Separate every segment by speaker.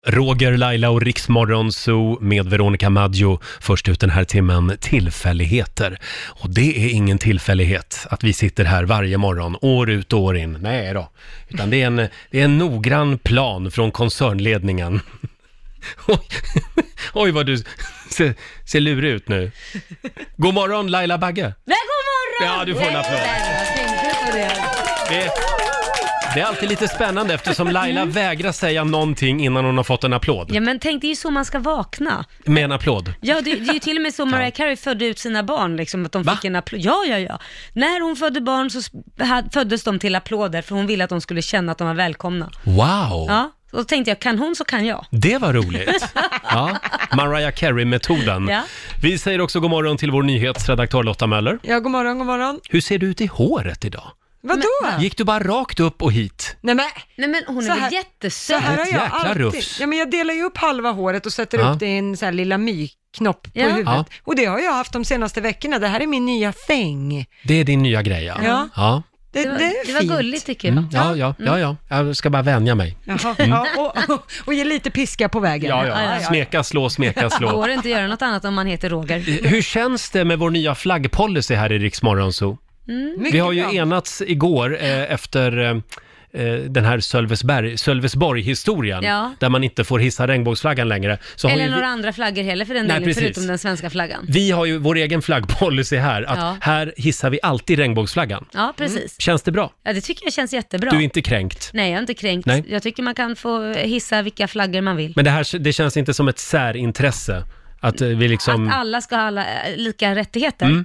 Speaker 1: Roger, Laila och Riksmorgon Zoo med Veronica Maggio. Först ut den här timmen, tillfälligheter. Och det är ingen tillfällighet att vi sitter här varje morgon, år ut och år in. Nej då, utan det är en noggrann plan från koncernledningen. Oj vad du ser lurig ut nu. God morgon Laila Bagge.
Speaker 2: Nej, god morgon!
Speaker 1: Ja, du får en applåd. Det är alltid lite spännande eftersom Laila vägrar säga någonting innan hon har fått en applåd.
Speaker 2: Ja, men tänk, det är ju så man ska vakna.
Speaker 1: Med en applåd?
Speaker 2: Ja, det är ju till och med så Mariah Carey födde ut sina barn, liksom, att de fick en applåd. Ja. När hon födde barn så föddes de till applåder, för hon ville att de skulle känna att de var välkomna.
Speaker 1: Wow!
Speaker 2: Ja, och då tänkte jag, kan hon så kan jag.
Speaker 1: Det var roligt. Ja, Mariah Carey-metoden.
Speaker 2: Ja.
Speaker 1: Vi säger också god morgon till vår nyhetsredaktör Lotta Möller.
Speaker 3: Ja, god morgon, god morgon.
Speaker 1: Hur ser du ut i håret idag?
Speaker 3: Vadå?
Speaker 1: Gick du bara rakt upp och hit?
Speaker 3: Nej
Speaker 2: men hon är väl jättesöt.
Speaker 3: Så här har
Speaker 1: Ett
Speaker 3: jag
Speaker 1: jäkla
Speaker 3: alltid.
Speaker 1: rufs.
Speaker 3: Ja, men jag delar ju upp halva håret och sätter upp det i en så här lilla myknopp på huvudet.
Speaker 1: Ja.
Speaker 3: Och det har jag haft de senaste veckorna. Det här är min nya thing.
Speaker 1: Det är din nya grej,
Speaker 3: Ja. Det är
Speaker 2: Det var
Speaker 3: fint.
Speaker 2: gulligt tycker jag.
Speaker 1: Ja. Jag ska bara vänja mig.
Speaker 3: Jaha, ja, och ge lite piska på vägen.
Speaker 1: Ja. Smeka, slå.
Speaker 2: Går det inte att göra något annat om man heter Roger?
Speaker 1: Hur känns det med vår nya flaggpolicy här i Riksmorgon Zoo? Vi har ju enats igår efter den här Sölvesborg-historien, där man inte får hissa regnbågsflaggan längre. Så
Speaker 2: eller
Speaker 1: har
Speaker 2: några andra flaggor heller för den delen,
Speaker 1: precis.
Speaker 2: förutom den svenska flaggan.
Speaker 1: Vi har ju vår egen flaggpolicy här, att här hissar vi alltid regnbågsflaggan.
Speaker 2: Ja, precis.
Speaker 1: Känns det bra?
Speaker 2: Ja, det tycker jag känns jättebra.
Speaker 1: Du är inte kränkt?
Speaker 2: Nej, jag är inte kränkt.
Speaker 1: Nej.
Speaker 2: Jag tycker man kan få hissa vilka flaggor man vill.
Speaker 1: Men det känns inte som ett särintresse? Att vi liksom...
Speaker 2: Att alla ska ha lika rättigheter?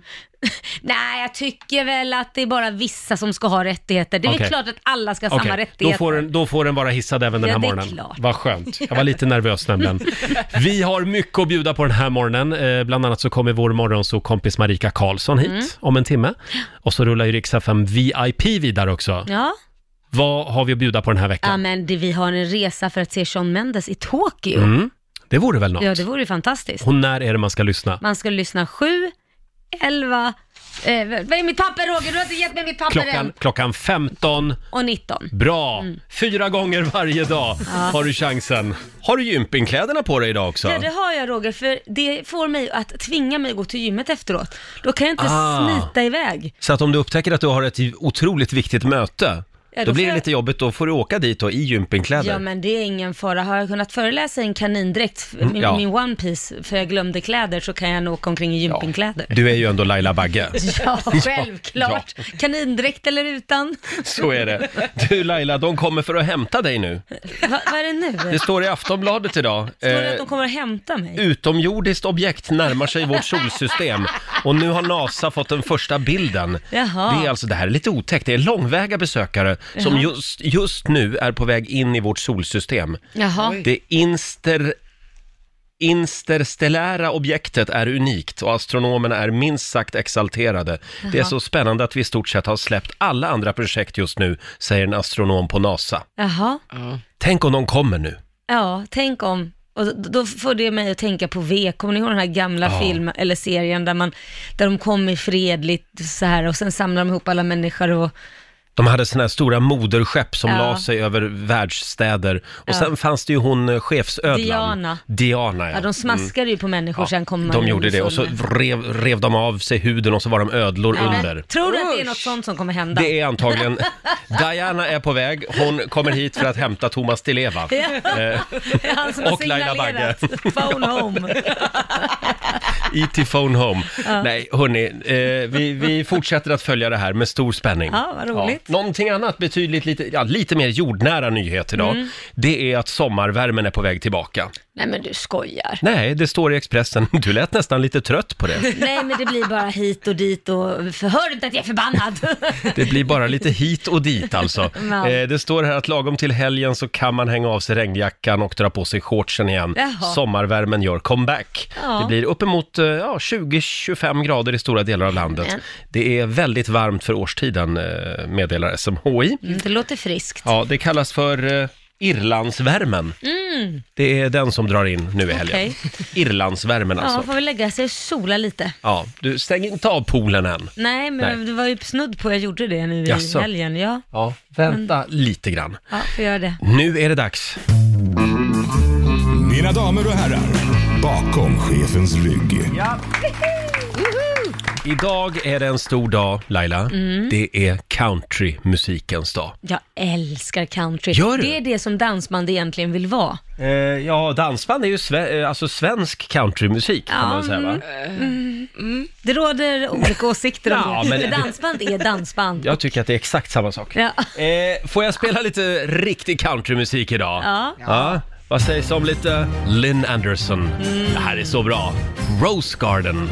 Speaker 2: Nej, jag tycker väl att det är bara vissa som ska ha rättigheter. Det är väl klart att alla ska ha samma rättigheter.
Speaker 1: Då får den vara hissad även den här
Speaker 2: det är
Speaker 1: morgonen.
Speaker 2: klart.
Speaker 1: Vad skönt. Jag var lite nervös nämligen. Vi har mycket att bjuda på den här morgonen. Bland annat så kommer vår morgonsåkompis Marika Karlsson hit om en timme. Och så rullar ju Rix FM VIP vidare också.
Speaker 2: Ja.
Speaker 1: Vad har vi att bjuda på den här veckan?
Speaker 2: Ja, men vi har en resa för att se Shawn Mendes i Tokyo.
Speaker 1: Det vore väl något?
Speaker 2: Ja, det vore ju fantastiskt.
Speaker 1: Och när är det man ska lyssna?
Speaker 2: Man ska lyssna 7, 11... vad är mitt papper, Roger? Du har inte gett mig mitt papper än.
Speaker 1: Klockan 15
Speaker 2: och 19.
Speaker 1: Bra! 4 gånger varje dag har du chansen. Har du gympingkläderna på dig idag också?
Speaker 2: Ja, det har jag, Roger, för det får mig att tvinga mig att gå till gymmet efteråt. Då kan jag inte smita iväg.
Speaker 1: Så att om du upptäcker att du har ett otroligt viktigt möte, då blir det lite jobbigt, då får du åka dit och i gympingkläder.
Speaker 2: Ja, men det är ingen fara. Har jag kunnat föreläsa en kanindräkt, min One Piece, för jag glömde kläder, så kan jag nog åka omkring i gympingkläder.
Speaker 1: Du är ju ändå Laila Bagge.
Speaker 2: Ja, självklart. Ja. Kanindräkt eller utan.
Speaker 1: Så är det. Du Laila, de kommer för att hämta dig nu.
Speaker 2: Vad är det nu?
Speaker 1: Det står i Aftonbladet idag.
Speaker 2: Står det att de kommer att hämta mig?
Speaker 1: Utomjordiskt objekt närmar sig vårt solsystem. Och nu har NASA fått den första bilden.
Speaker 2: Jaha.
Speaker 1: Det här är lite otäckt. Det är långväga besökare som just nu är på väg in i vårt solsystem.
Speaker 2: Jaha.
Speaker 1: Det interstellära objektet är unikt och astronomerna är minst sagt exalterade. Jaha. Det är så spännande att vi i stort sett har släppt alla andra projekt just nu, säger en astronom på NASA.
Speaker 2: Jaha.
Speaker 1: Tänk om de kommer nu.
Speaker 2: Ja, tänk om. Och då får det mig att tänka på kommer ni ihåg den här gamla filmen eller serien där de kommer fredligt så här och sen samlar de ihop alla människor och...
Speaker 1: De hade såna här stora moderskepp som la sig över världsstäder. Och sen fanns det ju hon chefsödlan. Diana,
Speaker 2: ja. De smaskade ju på människor, sen kom man...
Speaker 1: De gjorde det och så rev de av sig huden och så var de ödlor under.
Speaker 2: Tror du att det är något sånt som kommer hända?
Speaker 1: Det är antagligen... Diana är på väg. Hon kommer hit för att hämta Thomas Di Leva. Och Laila Bagge.
Speaker 2: Phone home.
Speaker 1: E.T. Phone Home. Nej, hörni, vi fortsätter att följa det här med stor spänning.
Speaker 2: Ja, vad roligt.
Speaker 1: Någonting annat betydligt lite mer jordnära nyhet idag. Det är att sommarvärmen är på väg tillbaka.
Speaker 2: Nej, men du skojar.
Speaker 1: Nej, det står i Expressen. Du lät nästan lite trött på det.
Speaker 2: Nej, men det blir bara hit och dit och hör inte att jag är förbannad.
Speaker 1: Det blir bara lite hit och dit alltså. Det står här att lagom till helgen så kan man hänga av sig regnjackan och dra på sig shortsen igen.
Speaker 2: Jaha.
Speaker 1: Sommarvärmen gör comeback. Ja. Det blir uppemot 20-25 grader i stora delar av landet. Det är väldigt varmt för årstiden, meddelar SMHI.
Speaker 2: Det låter friskt.
Speaker 1: Ja, det kallas för... Irlandsvärmen. Det är den som drar in nu i helgen. Irlandsvärmen alltså.
Speaker 2: Ja, får vi lägga sig och sola lite.
Speaker 1: Ja, du stänger inte av poolen än.
Speaker 2: Nej, men det var ju snudd på jag gjorde det nu i helgen.
Speaker 1: Ja, vänta lite grann.
Speaker 2: Ja, får göra det.
Speaker 1: Nu är det dags.
Speaker 4: Mina damer och herrar, bakom chefens rygg.
Speaker 1: Ja. Idag är det en stor dag, Laila. Det är countrymusikens dag.
Speaker 2: Jag älskar country.
Speaker 1: Gör du?
Speaker 2: Det är det som dansband egentligen vill vara.
Speaker 1: Ja, dansband är ju alltså svensk countrymusik, kan man säga, va?
Speaker 2: Det råder olika åsikter om
Speaker 1: Ja,
Speaker 2: det.
Speaker 1: men-
Speaker 2: För dansband är dansband.
Speaker 1: Jag tycker att det är exakt samma sak.
Speaker 2: Ja.
Speaker 1: Får jag spela lite riktig countrymusik idag?
Speaker 2: Ja.
Speaker 1: Vad sägs om lite Lynn Anderson? Det här är så bra. Rose Garden.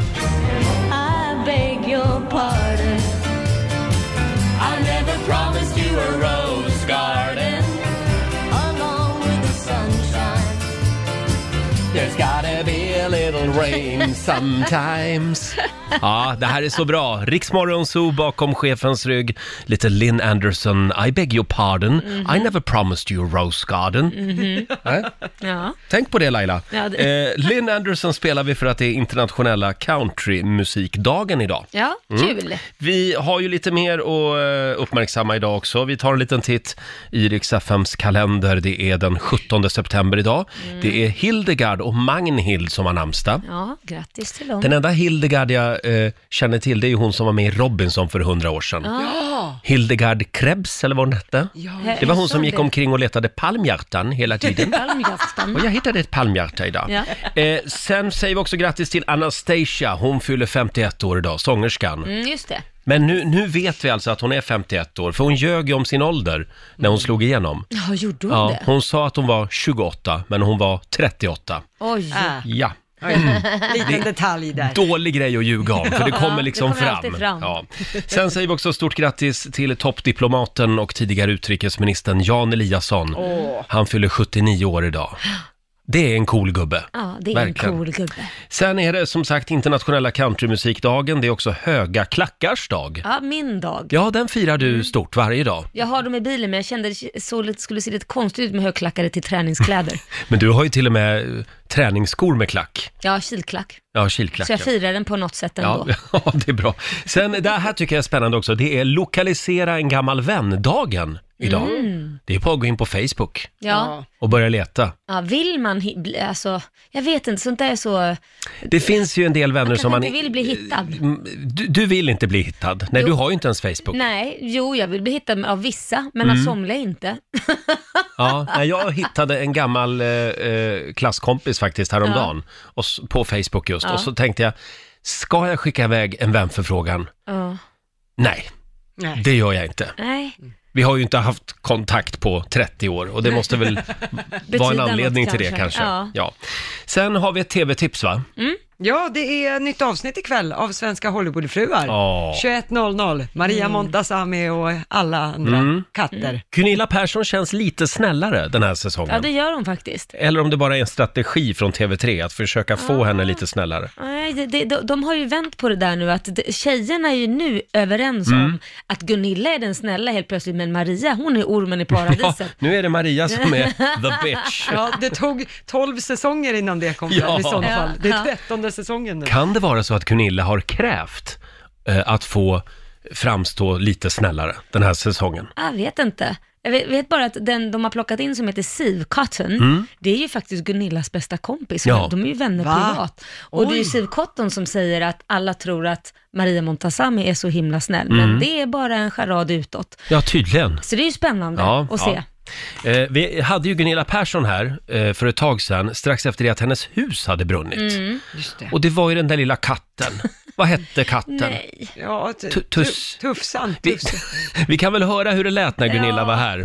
Speaker 2: I beg your pardon.
Speaker 1: I never promised you a rose garden.
Speaker 2: Along with the sunshine.
Speaker 1: There's gotta be a little rain sometimes. Ja, det här är så bra. Riksmorgon Zoo bakom chefens rygg. Lite Lynn Anderson. I beg your pardon. I never promised you a rose garden.
Speaker 2: Ja.
Speaker 1: Tänk på det, Laila.
Speaker 2: Ja, det-
Speaker 1: Lynn Anderson spelar vi för att det är internationella countrymusikdagen idag.
Speaker 2: Ja, kul.
Speaker 1: Vi har ju lite mer att uppmärksamma idag också. Vi tar en liten titt i Rix FMs kalender. Det är den 17 september idag. Det är Hildegard och Magnhild som har namnsdag.
Speaker 2: Ja, grattis till dem.
Speaker 1: Den enda Hildegard jag känner till, det är ju hon som var med i Robinson för 100 år sedan.
Speaker 3: Ja.
Speaker 1: Hildegard Krebs, eller vad hon hette. Det var hon som gick omkring och letade palmhjärtan hela tiden.
Speaker 2: Palmhjärtan.
Speaker 1: Och jag hittade ett palmhjärta idag.
Speaker 2: Ja.
Speaker 1: Sen säger vi också grattis till Anastasia. Hon fyller 51 år idag, sångerskan.
Speaker 2: Just det.
Speaker 1: Men nu vet vi alltså att hon är 51 år, för hon ljög ju om sin ålder när hon slog igenom.
Speaker 2: Ja, gjorde hon
Speaker 1: Ja,
Speaker 2: det?
Speaker 1: hon sa att hon var 28, men hon var 38.
Speaker 2: Oj.
Speaker 1: Ja.
Speaker 3: Liten detalj där.
Speaker 1: Dålig grej att ljuga om, för det kommer liksom
Speaker 2: det kommer alltid fram.
Speaker 1: Ja. Sen säger vi också stort grattis till toppdiplomaten och tidigare utrikesministern Jan Eliasson. Han fyller 79 år idag. Det är en cool gubbe.
Speaker 2: Ja, det är
Speaker 1: Verkligen.
Speaker 2: en cool gubbe.
Speaker 1: Sen är det som sagt internationella countrymusikdagen. Det är också höga klackars dag.
Speaker 2: Ja, min dag.
Speaker 1: Ja, den firar du stort varje dag.
Speaker 2: Jag har dem i bilen, men jag kände det skulle se lite konstigt ut med högklackade till träningskläder.
Speaker 1: Men du har ju till och med träningsskor med klack.
Speaker 2: Ja, kilklack.
Speaker 1: Ja,
Speaker 2: Så
Speaker 1: kilklackar.
Speaker 2: jag firar den på något sätt ändå.
Speaker 1: Ja, ja, det är bra. Sen, det här tycker jag är spännande också. Det är lokalisera en gammal vän-dagen idag. Det är på att gå in på Facebook
Speaker 2: Ja.
Speaker 1: och börja leta.
Speaker 2: Ja, vill man, alltså, jag vet inte, sånt där är så...
Speaker 1: Det finns ju en del vänner som man...
Speaker 2: inte vill bli hittad.
Speaker 1: Du vill inte bli hittad. Nej,
Speaker 2: Jo.
Speaker 1: du har ju inte ens Facebook.
Speaker 2: Nej, jo, jag vill bli hittad av vissa, men av somliga inte.
Speaker 1: Ja, nej, jag hittade en gammal klasskompis faktiskt häromdagen på Facebook just. Och så tänkte jag, ska jag skicka iväg en vänförfrågan?
Speaker 2: Ja.
Speaker 1: Nej, det gör jag inte.
Speaker 2: Nej.
Speaker 1: Vi har ju inte haft kontakt på 30 år och det måste väl vara en anledning
Speaker 2: något
Speaker 1: till det kanske. Ja. Sen har vi ett tv-tips, va?
Speaker 3: Ja, det är nytt avsnitt ikväll av Svenska Hollywoodfruar. 21.00. Maria Montazami och alla andra katter.
Speaker 1: Gunilla Persson känns lite snällare den här säsongen.
Speaker 2: Ja, det gör hon faktiskt.
Speaker 1: Eller om det bara är en strategi från TV3 att försöka få henne lite snällare.
Speaker 2: Nej, de har ju vänt på det där nu, att tjejerna är ju nu överens om att Gunilla är den snälla helt plötsligt, men Maria, hon är ormen i paradiset.
Speaker 1: Ja, nu är det Maria som är the bitch.
Speaker 3: Ja, det tog 12 säsonger innan det kom fram i sådana fall. Det är 13:e säsongen nu.
Speaker 1: Kan det vara så att Gunilla har krävt att få framstå lite snällare den här säsongen?
Speaker 2: Jag vet inte. Jag vet bara att den de har plockat in som heter Siv Cotton, det är ju faktiskt Gunillas bästa kompis.
Speaker 1: Ja.
Speaker 2: De är ju vänner privat. Och det är ju Siv Cotton som säger att alla tror att Maria Montazami är så himla snäll, men det är bara en charad utåt.
Speaker 1: Ja, tydligen.
Speaker 2: Så det är ju spännande att se.
Speaker 1: Vi hade ju Gunilla Persson här för ett tag sedan, strax efter det att hennes hus hade brunnit.
Speaker 3: Just det.
Speaker 1: Och det var ju den där lilla katten. Vad hette katten?
Speaker 2: Nej.
Speaker 3: Ja, Tufsan.
Speaker 1: Vi kan väl höra hur det lät när Gunilla var här.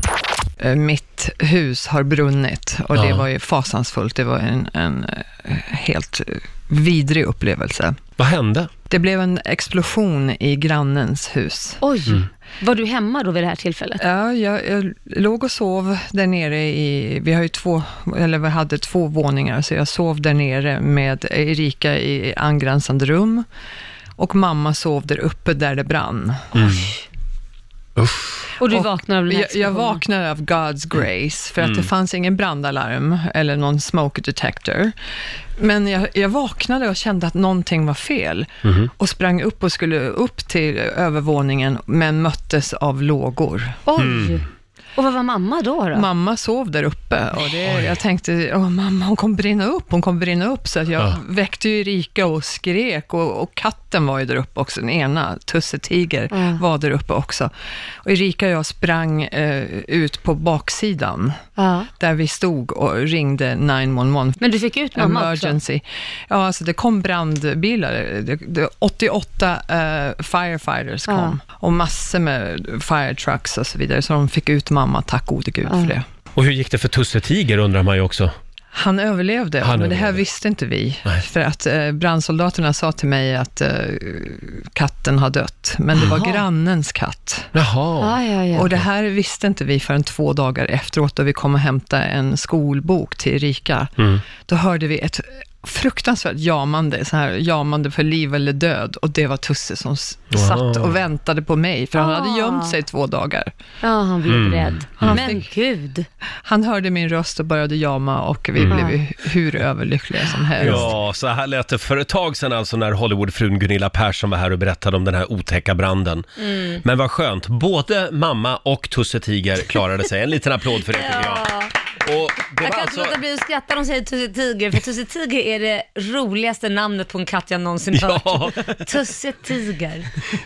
Speaker 5: Mitt hus har brunnit och
Speaker 1: Ja.
Speaker 5: det var ju fasansfullt. Det var en helt vidrig upplevelse.
Speaker 1: Vad hände?
Speaker 5: Det blev en explosion i grannens hus.
Speaker 2: Oj, var du hemma då vid det här tillfället?
Speaker 5: Ja, jag låg och sov där nere vi hade 2 våningar, så jag sov där nere med Erika i angränsande rum och mamma sov där uppe där det brann.
Speaker 2: Och du vaknar av den här
Speaker 5: Jag vaknade av God's grace för att det fanns ingen brandalarm eller någon smoke detector. Men jag vaknade och kände att någonting var fel och sprang upp och skulle upp till övervåningen, men möttes av lågor.
Speaker 2: Oj! Och vad var mamma då?
Speaker 5: Mamma sov där uppe och jag tänkte, mamma hon kommer brinna upp. Så att jag väckte ju Erika och skrek och katten var ju där uppe också, den ena, Tusse Tiger, var där uppe också. Och Erika och jag sprang ut på baksidan där vi stod och ringde 911.
Speaker 2: Men du fick ut mamma
Speaker 5: emergency. Också? Ja, alltså det kom brandbilar. 88 firefighters kom och massor med fire trucks och så vidare, så de fick ut mamma, tack gode Gud för det.
Speaker 1: Och hur gick det för Tusse Tiger, undrar man ju också.
Speaker 5: Han överlevde, men det här visste inte vi. Nej. För att brandsoldaterna sa till mig att katten har dött. Men det var grannens katt.
Speaker 1: Jaha.
Speaker 5: Och det här visste inte vi förrän 2 dagar efteråt, då vi kom och hämtade en skolbok till Erika. Då hörde vi ett fruktansvärt jamande för liv eller död, och det var Tusse som satt och väntade på mig, för han hade gömt sig 2 dagar.
Speaker 2: Ja, han blev rädd. Men gud.
Speaker 5: Han hörde min röst och började jama, och vi blev hur överlyckliga som helst.
Speaker 1: Ja, så här lät det för ett tag sedan, alltså, när Hollywoodfrun Gunilla Persson var här och berättade om den här otäcka branden. Men vad skönt, både mamma och Tusse Tiger klarade sig. En liten applåd för det, tycker jag. Och det
Speaker 2: jag kan inte låta bli att skratta när de säger Tusse Tiger, för Tusse Tiger är det roligaste namnet på en katt jag någonsin hört. Tusse Tiger.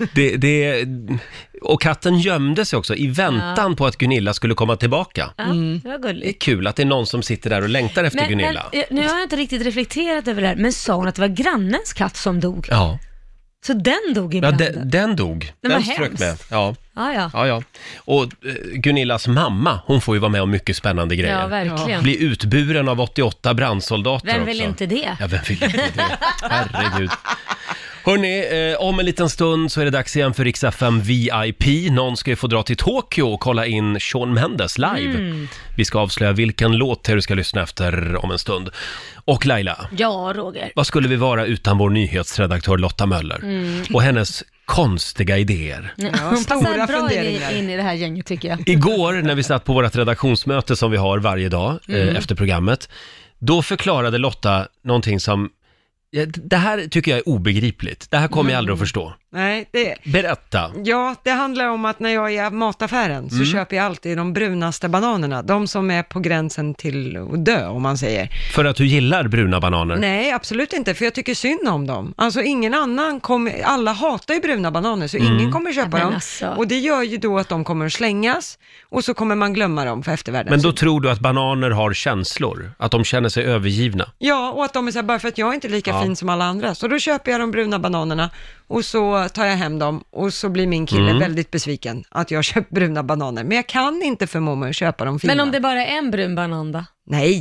Speaker 1: Och katten gömde sig också i väntan på att Gunilla skulle komma tillbaka.
Speaker 2: Det var gulligt.
Speaker 1: Det är kul att det är någon som sitter där och längtar efter Gunilla.
Speaker 2: Men, nu har jag inte riktigt reflekterat över det här, men sa hon att det var grannens katt som dog?
Speaker 1: Ja.
Speaker 2: Så den dog i branden?
Speaker 1: Ja, den dog. Den strök med. Ja. Och Gunillas mamma, hon får ju vara med om mycket spännande grejer.
Speaker 2: Ja, verkligen.
Speaker 1: Bli utburen av 88 brandsoldater också.
Speaker 2: Vem vill inte det?
Speaker 1: Ja, vem vill inte det? Herregud. Hörrni, om en liten stund så är det dags igen för Rix FM VIP. Någon ska ju få dra till Tokyo och kolla in Shawn Mendes live. Vi ska avslöja vilken låt du ska lyssna efter om en stund. Och Laila.
Speaker 2: Ja, Roger.
Speaker 1: Vad skulle vi vara utan vår nyhetsredaktör Lotta Möller? Och hennes konstiga idéer.
Speaker 2: Hon passar bra in i det här gänget, tycker jag.
Speaker 1: Igår när vi satt på vårt redaktionsmöte som vi har varje dag efter programmet, då förklarade Lotta någonting som det här tycker jag är obegripligt. Det här kommer jag aldrig att förstå.
Speaker 3: Nej,
Speaker 1: Berätta.
Speaker 3: Ja, det handlar om att när jag är i mataffären så köper jag alltid de brunaste bananerna. De som är på gränsen till att dö, om man säger.
Speaker 1: För att du gillar bruna bananer?
Speaker 3: Nej, absolut inte, för jag tycker synd om dem. Alltså ingen annan alla hatar ju bruna bananer, så ingen kommer köpa dem. Alltså. Och det gör ju då att de kommer att slängas, och så kommer man glömma dem för eftervärlden.
Speaker 1: Men då tror du att bananer har känslor? Att de känner sig övergivna?
Speaker 3: Ja, och att de är så här, bara för att jag är inte lika fin som alla andra. Så då köper jag de bruna bananerna, och så tar jag hem dem, och så blir min kille väldigt besviken att jag köpt bruna bananer. Men jag kan inte förmå mig att köpa dem fina.
Speaker 2: Men om det bara är en brun banan då?
Speaker 3: Nej,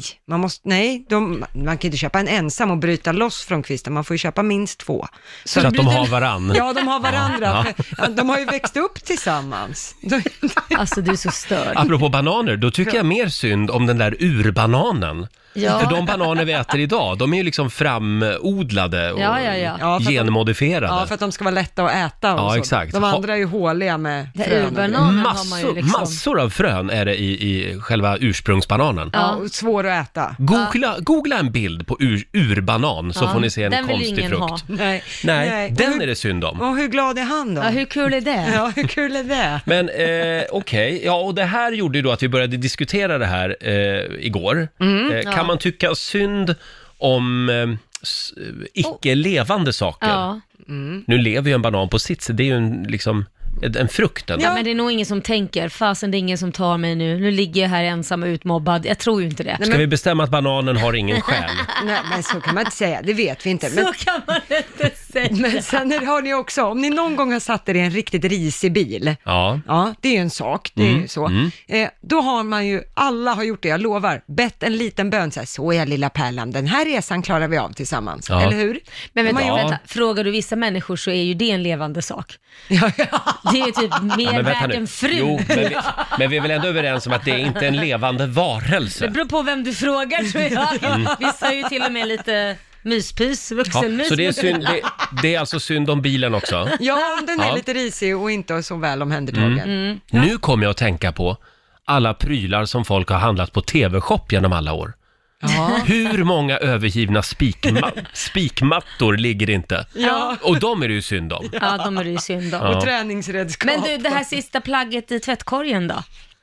Speaker 3: man kan inte köpa en ensam och bryta loss från kvisten. Man får ju köpa minst 2.
Speaker 1: Så att de har varann.
Speaker 3: Ja, de har varandra. Ja. De har ju växt upp tillsammans.
Speaker 2: Alltså, du är så störd.
Speaker 1: Apropå bananer, då tycker jag mer synd om den där urbananen. Ja. För de bananer vi äter idag, de är ju liksom framodlade och genmodifierade.
Speaker 3: Ja, för att de ska vara lätta att äta. Och
Speaker 1: exakt.
Speaker 3: De andra är ju håliga med frön.
Speaker 1: Massor av frön är det i själva ursprungsbananen.
Speaker 3: Ja, och svår att äta.
Speaker 1: Googla en bild på urbanan så får ni se en konstig frukt. Nej, den är det synd om.
Speaker 3: Och hur glad är han då?
Speaker 2: Ja, hur kul är det?
Speaker 3: Ja, hur kul är det?
Speaker 1: Men okej. Ja, och det här gjorde ju då att vi började diskutera det här igår. Kan man tycka synd om icke-levande saker?
Speaker 2: Ja.
Speaker 1: Nu lever ju en banan på sitt, det är ju en frukt.
Speaker 2: Ja, men det är nog ingen som tänker, fasen det är ingen som tar mig nu ligger jag här ensam och utmobbad. Jag tror ju inte det.
Speaker 1: Ska vi bestämma att bananen har ingen själ?
Speaker 3: Nej, men så kan man inte säga, det vet vi inte.
Speaker 2: Så kan man inte säga.
Speaker 3: Men sen har ni också, om ni någon gång har satt er i en riktigt risig bil, ja, det är ju en sak, det är ju så. Då har man ju, alla har gjort det, jag lovar, bett en liten bön, så är jag lilla pärlan, den här resan klarar vi av tillsammans, eller hur?
Speaker 2: Men vänta, frågar du vissa människor så är ju det en levande sak. Det är ju typ mer värt än fru.
Speaker 1: Jo, men vi är väl ändå överens om att det är inte en levande varelse.
Speaker 2: Det beror på vem du frågar, tror jag. Vissa är ju till och med lite myspys, vuxenmys.
Speaker 1: Så det är alltså synd om bilen också?
Speaker 3: Ja, om den är lite risig och inte så väl omhändertagen.
Speaker 1: Nu kommer jag att tänka på alla prylar som folk har handlat på TV-shop genom alla år. Hur många övergivna spikmattor ligger inte?
Speaker 3: Ja.
Speaker 1: Och de är det ju synd om.
Speaker 2: Ja, de är det ju synd om.
Speaker 3: Och träningsredskap.
Speaker 2: Men du, det här sista plagget i tvättkorgen då?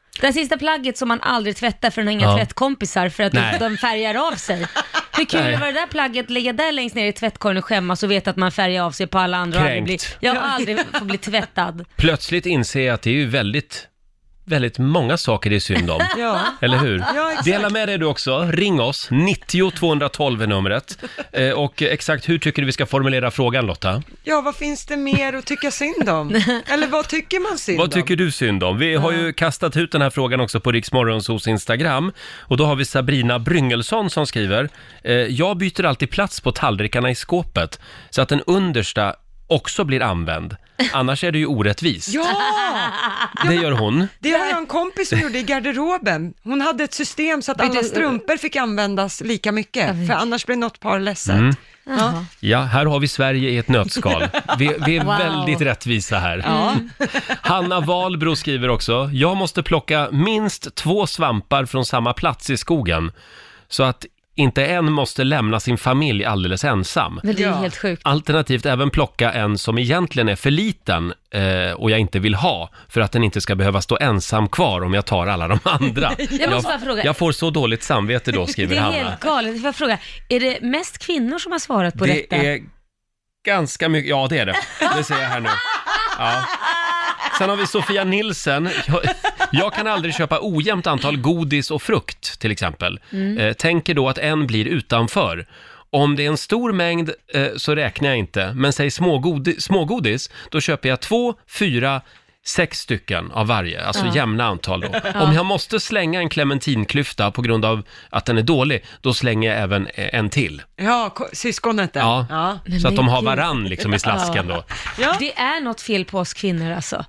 Speaker 2: Det sista plagget som man aldrig tvättar för den har inga tvättkompisar för att de färgar av sig. Hur kul var det där plagget, ligga där längst ner i tvättkorgen och skämmas och veta att man färgar av sig på alla andra. Jag har aldrig fått bli tvättad.
Speaker 1: Plötsligt inser jag att det är ju väldigt många saker det är synd om. Eller hur?
Speaker 3: Ja,
Speaker 1: dela med dig du också. Ring oss. 90 212 är numret. Och exakt hur tycker du vi ska formulera frågan, Lotta?
Speaker 3: Ja, vad finns det mer att tycka synd om? Eller vad tycker man synd om?
Speaker 1: Vad tycker du synd om? Vi har ju kastat ut den här frågan också på Rix Morgonzos Instagram. Och då har vi Sabrina Bryngelsson som skriver: jag byter alltid plats på tallrikarna i skåpet så att den understa också blir använd. Annars är det ju orättvist.
Speaker 3: Ja!
Speaker 1: Det gör hon.
Speaker 3: Det har jag en kompis som gjorde i garderoben. Hon hade ett system så att alla strumpor fick användas lika mycket. För annars blir något par ledset.
Speaker 1: Ja, här har vi Sverige i ett nötskal. Vi är väldigt rättvisa här. Hanna Wahlbro skriver också: jag måste plocka minst 2 svampar från samma plats i skogen så att inte en måste lämna sin familj alldeles ensam.
Speaker 2: Men det är helt sjukt.
Speaker 1: Alternativt även plocka en som egentligen är för liten och jag inte vill ha för att den inte ska behöva stå ensam kvar om jag tar alla de andra. Jag får så dåligt samvete då, skriver Hanna.
Speaker 2: Det är helt galet. Jag får fråga, är det mest kvinnor som har svarat på detta?
Speaker 1: Det är ganska mycket, ja det är det. Det ser jag här nu. Ja. Sen har vi Sofia Nilsen. Jag kan aldrig köpa ojämnt antal godis och frukt till exempel. Tänker då att en blir utanför. Om det är en stor mängd så räknar jag inte. Men säg smågodis, då köper jag 2, 4, 6 stycken av varje. Alltså jämna antal då. Om jag måste slänga en clementinklyfta på grund av att den är dålig, då slänger jag även en till.
Speaker 3: Ja, syskonet där.
Speaker 1: Ja. Så att de har varann liksom i slasken då.
Speaker 2: Ja. Det är något fel på oss kvinnor alltså.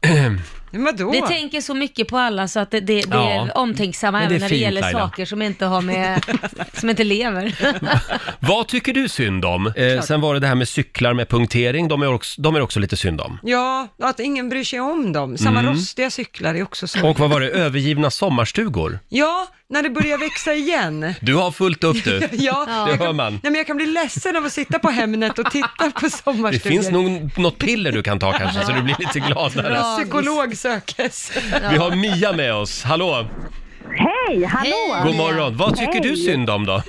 Speaker 2: Vi tänker så mycket på alla så att det är omtänksamma även när det gäller saker som inte har med som inte lever.
Speaker 1: Vad tycker du synd om? Sen var det här med cyklar med punktering, de är också lite synd om.
Speaker 3: Ja, att ingen bryr sig om dem. Samma rostiga cyklar är också så.
Speaker 1: Och vad var det? Övergivna sommarstugor?
Speaker 3: Ja, när det börjar växa igen.
Speaker 1: Du har fullt upp du.
Speaker 3: Ja,
Speaker 1: det hör man.
Speaker 3: Nej, men jag kan bli ledsen av att sitta på Hemnet och titta på sommarstugor.
Speaker 1: Det finns nog något piller du kan ta kanske så du blir lite gladare.
Speaker 3: Psykolog sökes.
Speaker 1: Vi har Mia med oss. Hallå!
Speaker 6: Hej, hallå!
Speaker 1: God morgon. Vad tycker du synd om då?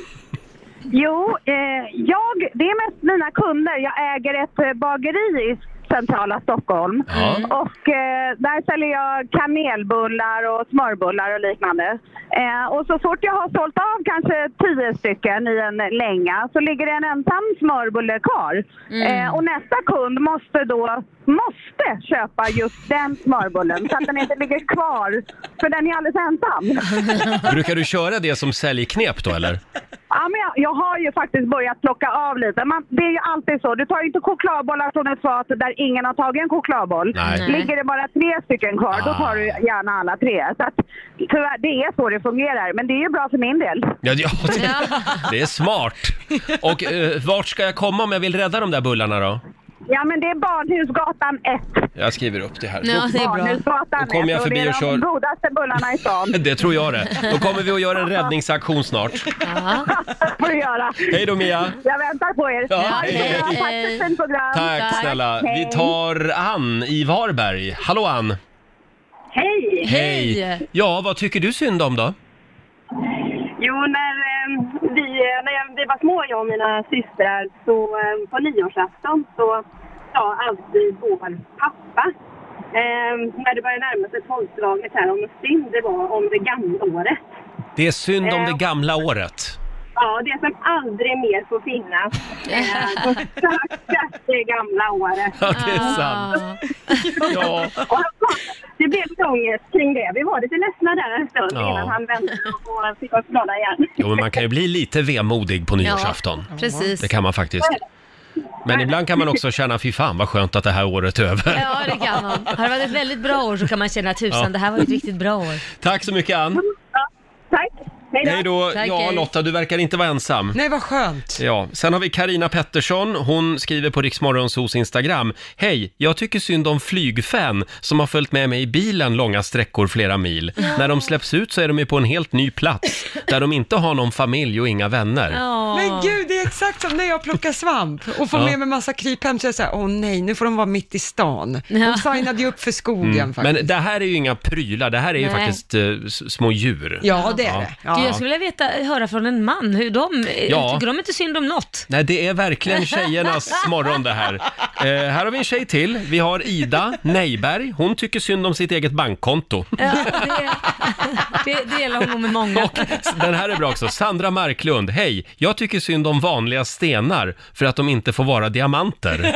Speaker 6: Jo, det är mest mina kunder. Jag äger ett bageri i centrala Stockholm. Och där säljer jag kanelbullar och smörbullar och liknande. Och så fort jag har sålt av kanske 10 stycken i en länga så ligger det en ensam smörbulle kvar. Och nästa kund måste köpa just den smörbullen så att den inte ligger kvar, för den är alldeles ensam.
Speaker 1: Brukar du köra det som säljknep då eller?
Speaker 6: Ja, men jag har ju faktiskt börjat plocka av lite. Det är ju alltid så. Du tar ju inte chokladbollar från ett fat där ingen har tagit en chokladboll.
Speaker 1: Nej.
Speaker 6: Ligger det bara 3 stycken kvar, då tar du gärna alla 3. Så att, tyvärr, det är så det fungerar. Men det är ju bra för min del.
Speaker 1: Ja, det är smart. Och vart ska jag komma om jag vill rädda de där bullarna då?
Speaker 6: Ja, men det är Barnhusgatan 1.
Speaker 1: Jag skriver upp det här.
Speaker 2: Ja, det är bra.
Speaker 6: Barnhusgatan 1.
Speaker 1: Då kommer jag förbi och kör.
Speaker 6: Det är de godaste bullarna i stan.
Speaker 1: Det tror jag det. Då kommer vi att göra en räddningsaktion snart.
Speaker 6: får du göra.
Speaker 1: Hej då Mia.
Speaker 6: Jag väntar på er.
Speaker 1: Ja,
Speaker 6: hej. Tack för fint program.
Speaker 1: Tack snälla.
Speaker 6: Hej.
Speaker 1: Vi tar Ann i Varberg. Hallå Ann.
Speaker 6: Hej.
Speaker 1: Hej. Ja, vad tycker du synd om då?
Speaker 6: Jo, när vi var små, jag och mina systrar, så på nyårsafton så sa alltid vår pappa när det började närma sig 12-slaget här om synd det var om det gamla året.
Speaker 1: Det är synd om det gamla året.
Speaker 6: Ja, det som aldrig mer får finnas. Det gamla året.
Speaker 1: Ja, det är sant. Ja.
Speaker 6: Det blev lite ångest kring det. Vi var lite ledsna där en stund innan han väntade och fick oss glada igen.
Speaker 1: Jo, men man kan ju bli lite vemodig på nyårsafton.
Speaker 2: Ja, precis.
Speaker 1: Det kan man faktiskt. Men ibland kan man också känna, fy fan vad skönt att det här året är över.
Speaker 2: Ja, det kan man. Har det varit ett väldigt bra år så kan man känna tusan, det här var ett riktigt bra år.
Speaker 1: Tack så mycket Ann.
Speaker 6: Ja, tack.
Speaker 1: Hej då. Ja, Lotta, du verkar inte vara ensam.
Speaker 3: Nej, vad skönt.
Speaker 1: Ja, sen har vi Carina Pettersson. Hon skriver på Riksmorgonsos Instagram. Hej, jag tycker synd om flygfan som har följt med mig i bilen långa sträckor flera mil. När de släpps ut så är de ju på en helt ny plats där de inte har någon familj och inga vänner.
Speaker 3: Men gud, det är exakt som när jag plockar svamp och får med mig massa kryphem, så jag säger, åh nej, nu får de vara mitt i stan. De signade ju upp för skogen faktiskt.
Speaker 1: Men det här är ju inga prylar, det här är ju faktiskt små djur.
Speaker 3: Ja, det är det. Ja.
Speaker 2: Jag skulle vilja höra från en man hur tycker de inte synd om något?
Speaker 1: Nej, det är verkligen tjejernas morgon det här. Här har vi en tjej till. Vi har Ida Nejberg. Hon tycker synd om sitt eget bankkonto.
Speaker 2: Ja, det delar hon nog med många.
Speaker 1: Och den här är bra också. Sandra Marklund. Hej, jag tycker synd om vanliga stenar för att de inte får vara diamanter.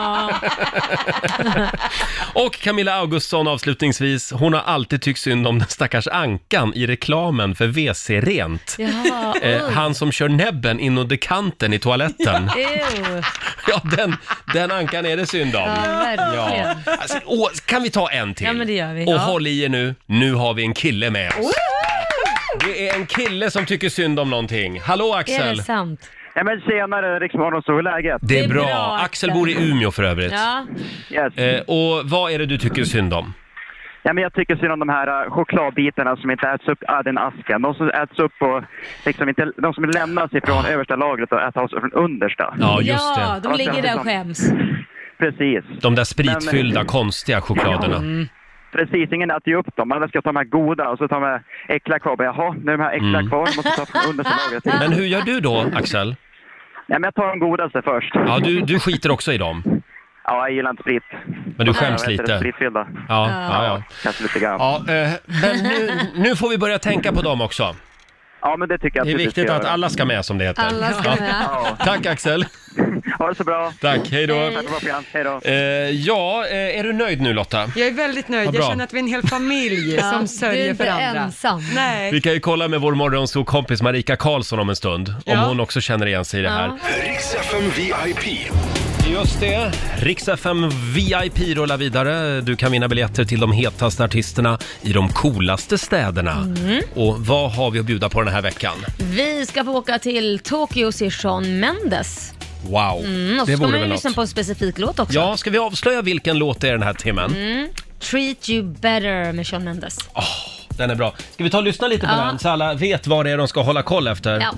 Speaker 1: Och Camilla Augustsson avslutningsvis. Hon har alltid tyckt synd om den stackars ankan i reklamen för WC-rent. Han som kör näbben in under kanten i toaletten. Ja, den ankan är det synd om.
Speaker 2: Ja.
Speaker 1: Alltså, kan vi ta en till?
Speaker 2: Ja, men det gör vi.
Speaker 1: Och håll i er nu. Nu har vi en kille med oss. Det är en kille som tycker synd om någonting. Hallå Axel.
Speaker 2: Är det sant?
Speaker 7: Ja, men senare Riksmorgon, så hur är läget?
Speaker 1: Det är bra. Axel bor i Umeå för övrigt.
Speaker 2: Ja.
Speaker 7: Yes.
Speaker 1: Och vad är det du tycker synd om?
Speaker 7: Ja, men jag tycker synd om de här chokladbitarna som inte äts upp av den asken. De som äts upp och liksom inte, de som lämnas ifrån översta lagret och ätas från understa.
Speaker 1: Ja, just det.
Speaker 2: De ligger där och skäms.
Speaker 7: Precis.
Speaker 1: De där spritfyllda, konstiga chokladerna.
Speaker 7: Precis, ingen äter ju upp dem. Man ska ta de här goda och så ta de här äckliga kvar. Jaha, nu är de här äckliga kvar. Man måste ta från understa lagret.
Speaker 1: Men hur gör du då, Axel?
Speaker 7: Ja, men jag tar de godaste först.
Speaker 1: Ja, du skiter också i dem.
Speaker 7: Ja, jag gillar inte sprit.
Speaker 1: Men du skäms lite.
Speaker 7: Spritfyllda.
Speaker 1: Ja.
Speaker 7: Kanske lite grann.
Speaker 1: Ja, men nu får vi börja tänka på dem också.
Speaker 7: Ja, men det tycker jag.
Speaker 1: Det är viktigt att alla ska med, som det heter.
Speaker 2: Alla ska med.
Speaker 7: Ja.
Speaker 1: Tack Axel.
Speaker 7: Ha det så bra.
Speaker 1: Tack, hej då.
Speaker 7: Tack för program. Hej då.
Speaker 1: Är du nöjd nu Lotta?
Speaker 3: Jag är väldigt nöjd. Jag känner att vi är en hel familj som sörjer för andra.
Speaker 2: Du är inte ensam.
Speaker 3: Nej.
Speaker 1: Vi kan ju kolla med vår morgonsokompis Marika Karlsson om en stund. Om hon också känner igen sig i det här.
Speaker 4: Rix FM VIP.
Speaker 1: Just det. Rix FM VIP rullar vidare. Du kan vinna biljetter till de hetaste artisterna i de coolaste städerna. Och vad har vi att bjuda på den här veckan?
Speaker 2: Vi ska få åka till Tokyo och se Shawn Mendes.
Speaker 1: Wow,
Speaker 2: Och
Speaker 1: det
Speaker 2: så ska
Speaker 1: vore
Speaker 2: man
Speaker 1: väl
Speaker 2: ju lyssna
Speaker 1: något.
Speaker 2: på en specifik låt också.
Speaker 1: Ja, ska vi avslöja vilken låt det är den här timmen?
Speaker 2: Treat You Better med Shawn Mendes.
Speaker 1: Den är bra. Ska vi ta och lyssna lite på den så alla vet vad det är de ska hålla koll efter?
Speaker 2: Ja.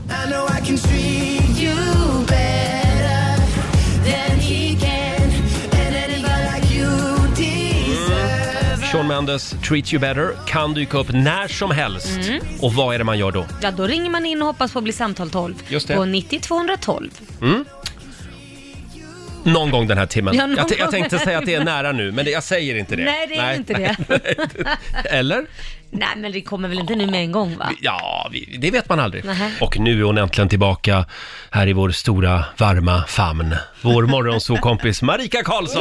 Speaker 1: Shawn Mendes, Treat You Better, kan dyka upp när som helst. Och vad är det man gör då?
Speaker 2: Ja, då ringer man in och hoppas på att bli samtal 12.
Speaker 1: Just det.
Speaker 2: På 90 212.
Speaker 1: Någon gång den här timmen.
Speaker 2: Ja,
Speaker 1: Jag tänkte säga att det är nära nu, men jag säger inte det.
Speaker 2: Nej, det är inte det.
Speaker 1: Eller?
Speaker 2: Nej, men det kommer väl inte nu med en gång, va?
Speaker 1: Ja, det vet man aldrig.
Speaker 2: Nähä.
Speaker 1: Och nu är hon äntligen tillbaka här i vår stora, varma famn. Vår morgonsokompis Marika Karlsson.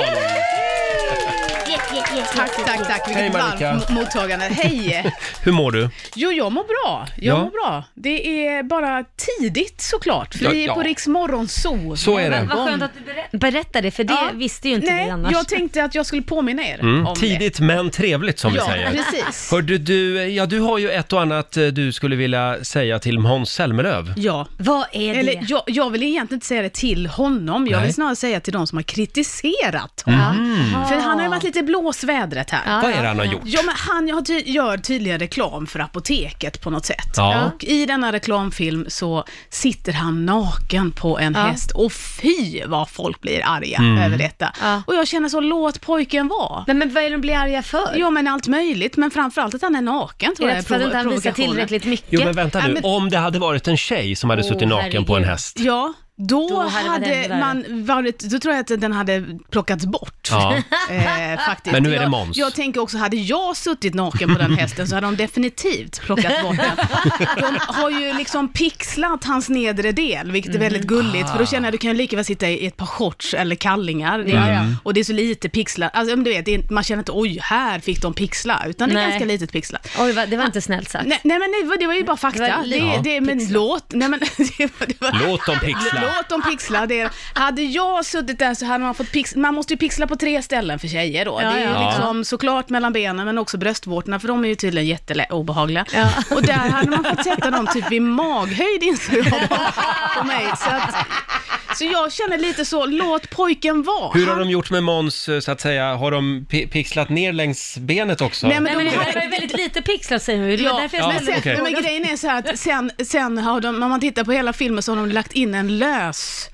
Speaker 8: Tack.
Speaker 1: Hej,
Speaker 8: Vilket
Speaker 1: Marika.
Speaker 8: varmt mottagande. Hej!
Speaker 1: Hur mår du?
Speaker 8: Jo, jag mår bra. Jag mår bra. Det är bara tidigt såklart, för vi är på Riks Morgonzoo.
Speaker 1: Så är det.
Speaker 2: Vad skönt att du berättar det, för det visste ju inte vi annars.
Speaker 8: Jag tänkte att jag skulle påminna er om
Speaker 1: Tidigt men trevligt, som vi säger.
Speaker 8: Precis.
Speaker 1: Hörde du har ju ett och annat du skulle vilja säga till Måns Zelmerlöw.
Speaker 8: Ja.
Speaker 2: Vad är det?
Speaker 8: Eller, jag vill egentligen inte säga det till honom. Jag vill snarare säga till de som har kritiserat honom. För han har ju varit lite blåsvädret här.
Speaker 1: Vad är det han har gjort?
Speaker 8: Ja, men han gör tydligen reklam för apoteket på något sätt.
Speaker 1: Ja.
Speaker 8: Och i denna reklamfilm så sitter han naken på en häst. Och fy vad folk blir arga över detta. Och jag känner så, låt pojken vara.
Speaker 2: Nej, men vad är de blir arga för?
Speaker 8: Ja, men allt möjligt. Men framförallt att han är naken, tror jag.
Speaker 2: För att inte han visar tillräckligt mycket.
Speaker 1: Jo, men vänta nu. Om det hade varit en tjej som hade suttit naken på en häst.
Speaker 8: Ja. Då
Speaker 2: hade
Speaker 8: man varit, då tror jag att den hade plockats bort.
Speaker 1: Ja.
Speaker 8: Faktiskt.
Speaker 1: Men nu är det Måns.
Speaker 8: Jag tänker också, hade jag suttit naken på den hästen så hade de definitivt plockat bort den. De har ju liksom pixlat hans nedre del, vilket är väldigt gulligt. För då känner jag att du kan lika väl sitta i ett par shorts eller kallingar. Och det är så lite pixlat. Alltså, du vet, man känner inte, oj, här fick de pixla. Utan det är ganska litet pixlat.
Speaker 2: Oj, det var inte snällt sagt.
Speaker 8: Nej, men det var ju bara fakta.
Speaker 2: Det var
Speaker 8: men låt. Nej, men det var
Speaker 1: Låt dem pixla.
Speaker 8: Låt dem pixla. Hade jag suttit där så hade man fått pixla. Man måste ju pixla på 3 ställen för tjejer då. Det är ju liksom såklart mellan benen men också bröstvårtorna för de är ju tydligen jätteobehagliga. Och där hade man fått sätta dem typ vid maghöjd insåg jag på mig. Så jag känner lite så, låt pojken vara.
Speaker 1: Hur har de gjort med Måns, så att säga? Har de pixlat ner längs benet också?
Speaker 2: Nej, men det här var väldigt lite pixlat, säger vi. Det var därför jag ställde
Speaker 8: men grejen är så här att sen har de, när man tittar på hela filmen så har de lagt in en lös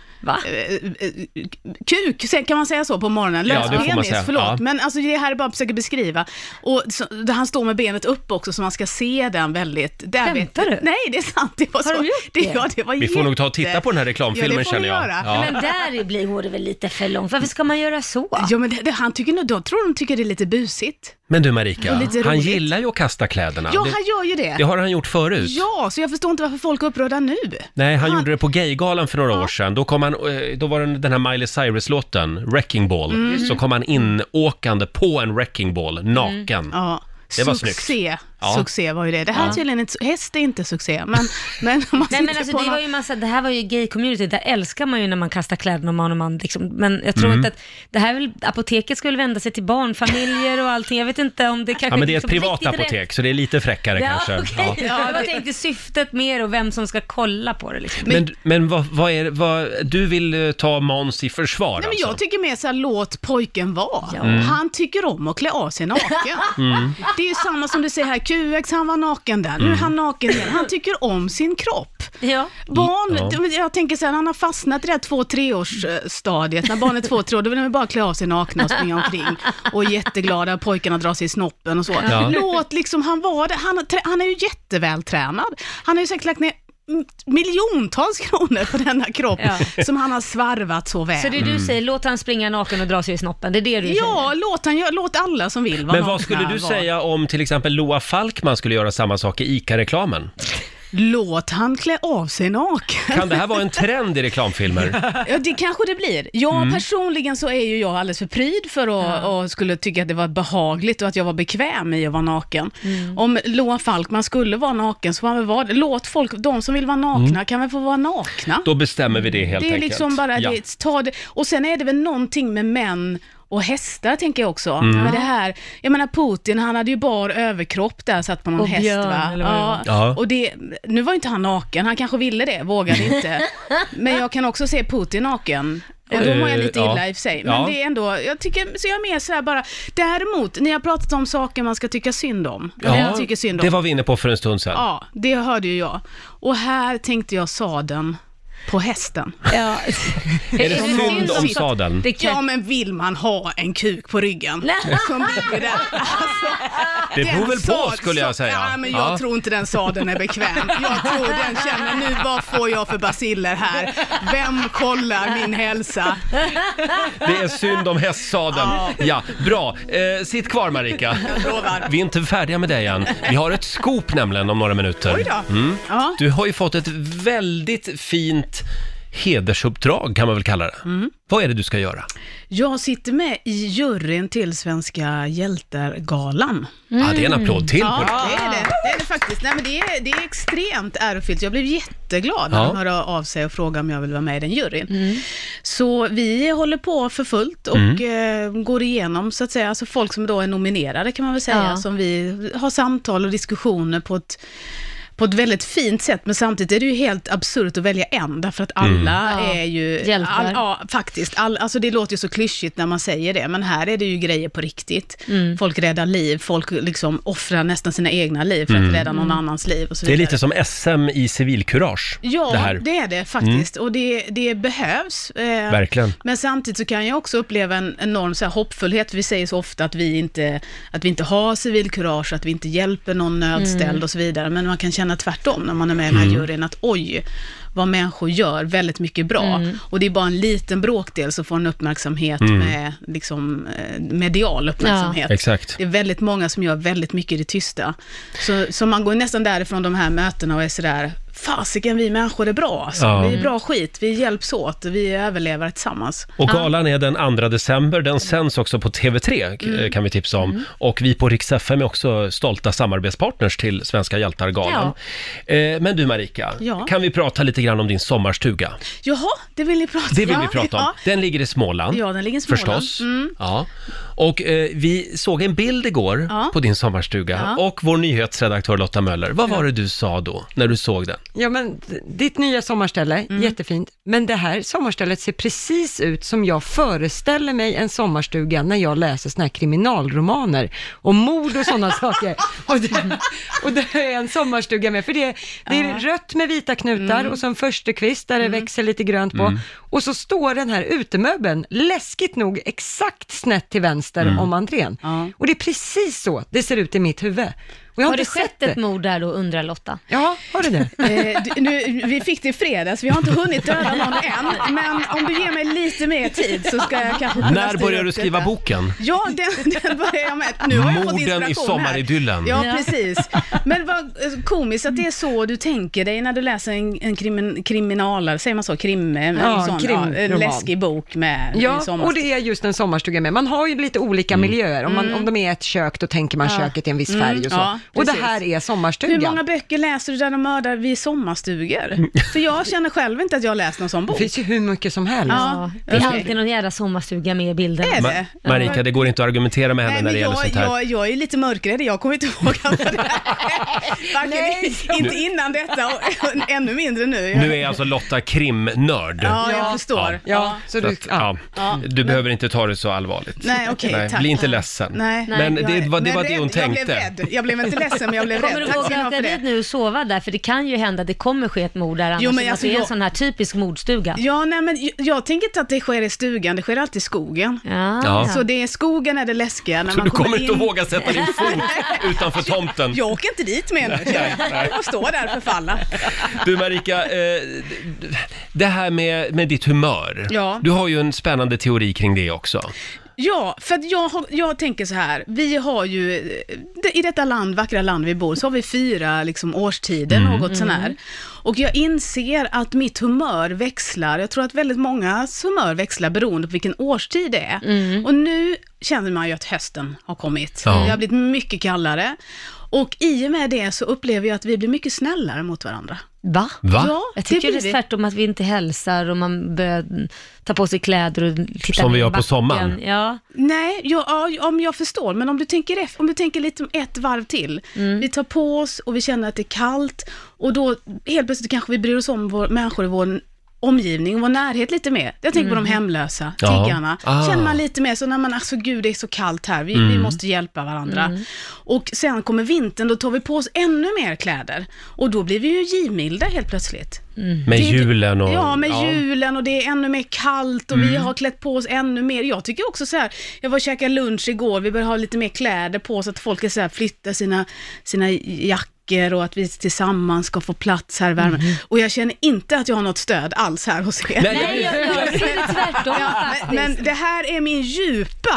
Speaker 8: kuk, kan man säga så på morgonen? Lös penis, förlåt. Ja. Men alltså det här är bara att försöka beskriva. Och så, där han står med benet upp också så man ska se den väldigt.
Speaker 2: Skämtar du?
Speaker 8: Nej, det är sant. Det var
Speaker 2: har
Speaker 8: så.
Speaker 2: De gjort det?
Speaker 8: Det var
Speaker 1: vi får nog ta och titta på den här reklamfilmen känner jag.
Speaker 2: Ja. Men där går det väl lite för långt. Varför ska man göra så?
Speaker 8: Ja, men han tycker nog, då tror de tycker det är lite busigt.
Speaker 1: Men du Marika, han gillar ju att kasta kläderna.
Speaker 8: Ja, han gör ju det.
Speaker 1: Det har han gjort förut.
Speaker 8: Ja, så jag förstår inte varför folk är upprörda nu.
Speaker 1: Nej, han gjorde det på Gaygalan för några år sedan. Då var det den här Miley Cyrus-låten, Wrecking Ball. Så kom han in åkande på en Wrecking Ball, naken.
Speaker 8: Ja.
Speaker 1: Det var snyggt.
Speaker 8: Succé var ju det. Det här tydligen inte, häst är inte succé, men om man
Speaker 2: alltså det var ju det här var ju gay-community, där älskar man ju när man kastar kläderna om man och man liksom, men jag tror inte att det här väl, apoteket skulle vända sig till barnfamiljer och allting, jag vet inte om det kanske...
Speaker 1: Ja, men det är ett privat apotek, så det är lite fräckare kanske.
Speaker 2: Okay. Ja, jag tänkte syftet mer och vem som ska kolla på det liksom.
Speaker 1: Men vad du vill ta Måns i försvar?
Speaker 8: Nej, men jag tycker mer så här, låt pojken vara. Han tycker om att klä av sig naken. Det är ju samma som du säger här, QX, han var naken där. Nu är han naken igen. Han tycker om sin kropp.
Speaker 2: Ja.
Speaker 8: Barn, jag tänker så här, han har fastnat i det här 2-3 års stadiet. När barnet är 2-3 år, då vill de bara klä av sig nakna och springa omkring. Och jätteglada, pojkarna drar sig i snoppen och så. Ja. Låt liksom han vara det. Han är ju jättevältränad. Han har ju säkert lagt ner miljontals kronor på denna kropp som han har svarvat så väl.
Speaker 2: Så det du säger, låt han springa naken och dra sig i snoppen, det är det du säger?
Speaker 8: Ja, låt alla som vill vara.
Speaker 1: Men vad skulle du säga om till exempel Loa Falkman skulle göra samma sak i ICA-reklamen?
Speaker 8: Låt han klä av sig naken.
Speaker 1: Kan det här vara en trend i reklamfilmer?
Speaker 8: Ja, det kanske det blir. Personligen så är ju jag alldeles för pryd för att och skulle tycka att det var behagligt och att jag var bekväm i att vara naken. Om Loa Falkman skulle vara naken så får han väl vara det. Låt folk, de som vill vara nakna kan väl få vara nakna.
Speaker 1: Då bestämmer vi det helt enkelt.
Speaker 8: Det är liksom bara ta det. Och sen är det väl någonting med män och hästar tänker jag också. Men det här, jag menar Putin, han hade ju bara överkropp där, satt på någon häst va? Ja. Och nu var inte han naken, han kanske ville det, vågade inte. Men jag kan också se Putin naken. Och då mår jag lite illa i och för sig. Men det är ändå, jag tycker, så jag är mer så här bara, däremot, ni har pratat om saker man ska tycka synd om. Jag tycker synd om.
Speaker 1: Det var vi inne på för en stund sedan.
Speaker 8: Ja, det hörde ju jag. Och här tänkte jag sadeln på hästen.
Speaker 2: Ja.
Speaker 1: Är det synd om sadeln?
Speaker 8: Ja, men vill man ha en kuk på ryggen som ligger där? Alltså,
Speaker 1: det beror väl på, skulle jag säga.
Speaker 8: Ja, men jag tror inte den sadeln är bekväm. Jag tror den känner nu, vad får jag för baciller här? Vem kollar min hälsa?
Speaker 1: Det är synd om hästsadeln. Ja, bra. Sitt kvar Marika. Vi är inte färdiga med dig än. Vi har ett scoop nämligen om några minuter.
Speaker 8: Oj då.
Speaker 1: Du har ju fått ett väldigt fint hedersuppdrag kan man väl kalla det. Vad är det du ska göra?
Speaker 8: Jag sitter med i juryn till Svenska hjältar-galan.
Speaker 1: Ja, det är en applåd till.
Speaker 8: Ja, det är det faktiskt. Nej, men det är extremt ärofyllt. Jag blev jätteglad när de hörde av sig och frågade om jag vill vara med i den juryn. Så vi håller på för fullt och går igenom så att säga, alltså folk som då är nominerade kan man väl säga, som vi har samtal och diskussioner på ett väldigt fint sätt, men samtidigt är det ju helt absurt att välja en, därför att alla är ju
Speaker 2: hjältar.
Speaker 8: Faktiskt, alltså det låter ju så klyschigt när man säger det, men här är det ju grejer på riktigt. Folk räddar liv, folk liksom offrar nästan sina egna liv för att rädda någon annans liv och så vidare.
Speaker 1: Det är lite som SM i civilkurage.
Speaker 8: Ja, det är det faktiskt, och det behövs.
Speaker 1: Verkligen.
Speaker 8: Men samtidigt så kan jag också uppleva en enorm så här hoppfullhet. Vi säger så ofta att vi inte har civilkurage, att vi inte hjälper någon nödställd och så vidare, men man kan känna tvärtom när man är med i den här juryn, att oj, vad människor gör väldigt mycket bra. Och det är bara en liten bråkdel som får en uppmärksamhet med liksom medial uppmärksamhet.
Speaker 1: Exakt.
Speaker 8: Det är väldigt många som gör väldigt mycket i det tysta. Så man går nästan därifrån de här mötena och är sådär fasiken, vi människor är bra. Alltså. Vi är bra skit, vi hjälps åt, vi överlever tillsammans.
Speaker 1: Och galan är den 2 december, den sänds också på TV3 kan vi tipsa om. Och vi på Rix FM är också stolta samarbetspartners till Svenska Hjältar-galan. Men du Marika, kan vi prata lite grann om din sommarstuga?
Speaker 8: Jaha, det vill ni prata om.
Speaker 1: Det vill vi prata om. Den ligger i Småland.
Speaker 8: Ja, den ligger i Småland.
Speaker 1: Förstås. Ja. Och vi såg en bild igår på din sommarstuga och vår nyhetsredaktör Lotta Möller. Vad var det du sa då när du såg den?
Speaker 3: Ja, men ditt nya sommarställe, jättefint. Men det här sommarstället ser precis ut som jag föreställer mig en sommarstuga när jag läser såna här kriminalromaner om mord och sådana saker. Och det är en sommarstuga med, för det är rött med vita knutar och så en förstukvist där det växer lite grönt på. Och så står den här utemöbeln, läskigt nog, exakt snett till vänster om entrén. Och det är precis så det ser ut i mitt huvud.
Speaker 2: Har det skett ett mord där då, undrar Lotta?
Speaker 3: Ja, har det?
Speaker 8: Vi fick det i fredags, vi har inte hunnit döda någon än, men om du ger mig lite mer tid så ska jag kanske...
Speaker 1: När börjar du skriva boken?
Speaker 8: Ja, den börjar jag med. Nu har jag fått inspiration
Speaker 1: Morden i sommaridyllen.
Speaker 8: Ja, precis. Men vad komiskt att det är så du tänker dig när du läser en kriminalare, säger man så? En läskig bok med sommarstuga.
Speaker 3: Och det är just en sommarstuga med. Man har ju lite olika miljöer. Om de är ett kök, då tänker man köket i en viss färg och så. Ja, och det här är sommarstugan.
Speaker 8: Hur många böcker läser du där de mördar vid sommarstugor? För jag känner själv inte att jag har läst någon sån bok.
Speaker 3: Det finns ju hur mycket som helst.
Speaker 2: Ja, det är alltid någon jävla sommarstuga med i bilden.
Speaker 8: Är det?
Speaker 1: Marika, det går inte att argumentera med henne när det gäller sånt här.
Speaker 8: Jag är lite mörkrädd, jag kommer inte ihåg allt det där. Inte innan detta och ännu mindre nu.
Speaker 1: Nu är alltså Lotta krimnörd.
Speaker 8: Ja, jag förstår.
Speaker 1: Ja. Du behöver inte ta det så allvarligt.
Speaker 8: Nej, okej, tack.
Speaker 1: Bli inte ledsen.
Speaker 8: Nej.
Speaker 1: Men det var det hon tänkte.
Speaker 8: Jag blev inte ledsen, men jag blev rädd.
Speaker 2: Kommer du våga åka dit nu och sova där? För det kan ju hända att det kommer ske ett mord där annars. Men alltså, det är en sån här typisk mordstuga.
Speaker 8: Ja, nej, men jag tänker inte att det sker i stugan, det sker alltid i skogen.
Speaker 2: Ja.
Speaker 8: Så det är skogen är det läskiga. När
Speaker 1: så
Speaker 8: man
Speaker 1: du kommer inte att våga sätta din fot utanför tomten?
Speaker 8: Jag åker inte dit med nu. Jag står där för falla.
Speaker 1: Du Marika, det här med ditt humör.
Speaker 8: Ja.
Speaker 1: Du har ju en spännande teori kring det också.
Speaker 8: Ja, för att jag tänker så här, vi har ju, i detta vackra land vi bor, så har vi 4 liksom, årstider, något sån här. Och jag inser att mitt humör växlar, jag tror att väldigt mångas humör växlar beroende på vilken årstid det är. Och nu känner man ju att hösten har kommit. Det har blivit mycket kallare. Och i och med det så upplever jag att vi blir mycket snällare mot varandra.
Speaker 2: Va?
Speaker 8: Ja,
Speaker 2: jag tycker det är tvärtom att vi inte hälsar och man börjar ta på sig kläder och titta
Speaker 1: som vi gör på sommaren.
Speaker 2: Ja.
Speaker 8: Nej, om jag förstår, men om du tänker lite ett varv till. Vi tar på oss och vi känner att det är kallt och då helt plötsligt kanske vi bryr oss om människor i vår omgivning och vår närhet lite mer. Jag tänker på de hemlösa, tiggarna. Känner man lite mer så när man, alltså gud det är så kallt här, vi måste hjälpa varandra. Och sen kommer vintern, då tar vi på oss ännu mer kläder. Och då blir vi ju givmilda helt plötsligt.
Speaker 1: Med julen och...
Speaker 8: Ja, med julen och det är ännu mer kallt och vi har klätt på oss ännu mer. Jag tycker också så här, jag var och käkade lunch igår, vi börjar ha lite mer kläder på så att folk är så här, flyttar sina jackor och att vi tillsammans ska få plats här i värmen. Och jag känner inte att jag har något stöd alls här hos er.
Speaker 2: Nej, jag ser det tvärtom faktiskt.
Speaker 8: Men det här är min djupa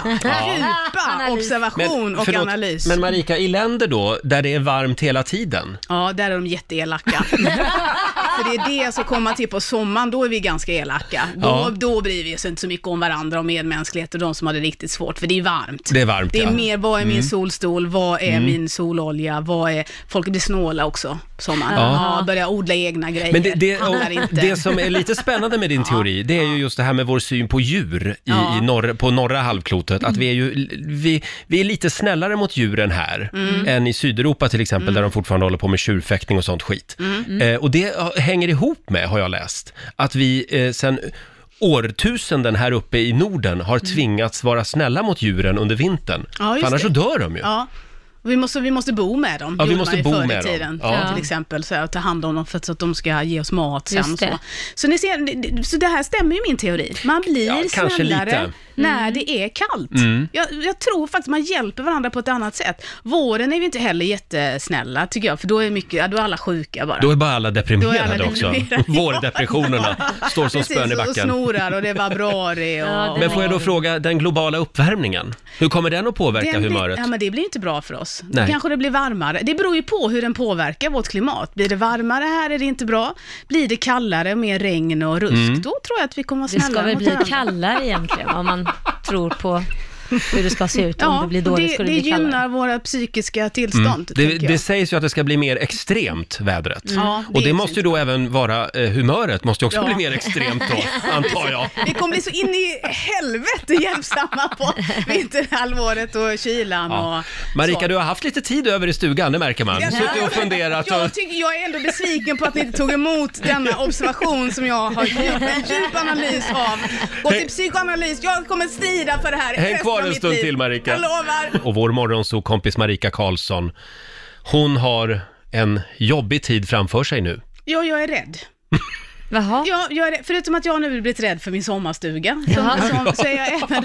Speaker 8: observation och analys.
Speaker 1: Men Marika, i länder då, där det är varmt hela tiden?
Speaker 8: Ja, där är de jätteelaka. För det är det som kommer till på sommaren, då är vi ganska elaka. Då bryr vi oss inte så mycket om varandra och medmänsklighet och de som har det riktigt svårt, för det är varmt.
Speaker 1: Det är varmt,
Speaker 8: det är mer, vad är min solstol, vad är min sololja, folk blir snåla också på sommaren. Börja odla egna grejer.
Speaker 1: Men det som är lite spännande med din teori, det är ju just det här med vår syn på djur på norra halvklotet, att vi är lite snällare mot djuren här än i Sydeuropa till exempel, där de fortfarande håller på med tjurfäktning och sånt skit. Och det hänger ihop med, har jag läst, att vi sen årtusenden här uppe i Norden har tvingats vara snälla mot djuren under vintern. För annars så dör de ju.
Speaker 8: Ja. Vi måste bo med dem.
Speaker 1: Vi måste bo med dem.
Speaker 8: Till exempel så att ta hand om dem för att de ska ge oss mat sen. Så ni ser, så det här stämmer ju min teori. Man blir snällare när det är kallt. Jag tror faktiskt man hjälper varandra på ett annat sätt. Våren är vi inte heller jättesnälla tycker jag, för då är alla sjuka bara.
Speaker 1: Då är bara alla deprimerade också. Vårdepressionerna står som spön i backen.
Speaker 8: Och snorar och det var februari.
Speaker 1: Men får jag då fråga, den globala uppvärmningen, hur kommer den att påverka humöret?
Speaker 8: Men det blir inte bra för oss. oss. Då kanske det blir varmare. Det beror ju på hur den påverkar vårt klimat. Blir det varmare här är det inte bra. Blir det kallare, mer regn och rusk, då tror jag att vi kommer att snälla.
Speaker 2: Det ska väl bli kallare egentligen om man tror på hur det ska se ut. Om det blir dåligt ska det bli kallare. Det gynnar våra psykiska tillstånd.
Speaker 1: Det sägs ju att det ska bli mer extremt vädret. Och det måste ju då även vara humöret måste ju också bli mer extremt då, antar jag.
Speaker 8: Vi kommer bli så in i helvete hjälpsamma på vinterhalvåret och kylan. Och
Speaker 1: Marika,
Speaker 8: så.
Speaker 1: du har haft lite tid över i stugan, det märker man. Suttit och funderat.
Speaker 8: Jag är ändå besviken på att ni inte tog emot denna observation som jag har gjort en djup analys av. Och till psykoanalys, jag kommer strida för det här.
Speaker 1: Häng kvar en stund till, Marika.
Speaker 8: Jag lovar.
Speaker 1: Och vår morgonsokompis Marika Karlsson, hon har en jobbig tid framför sig nu.
Speaker 8: Ja, jag är rädd.
Speaker 2: Jaha.
Speaker 8: Jag är rädd. Förutom att jag nu har blivit rädd för min sommarstuga så är jag även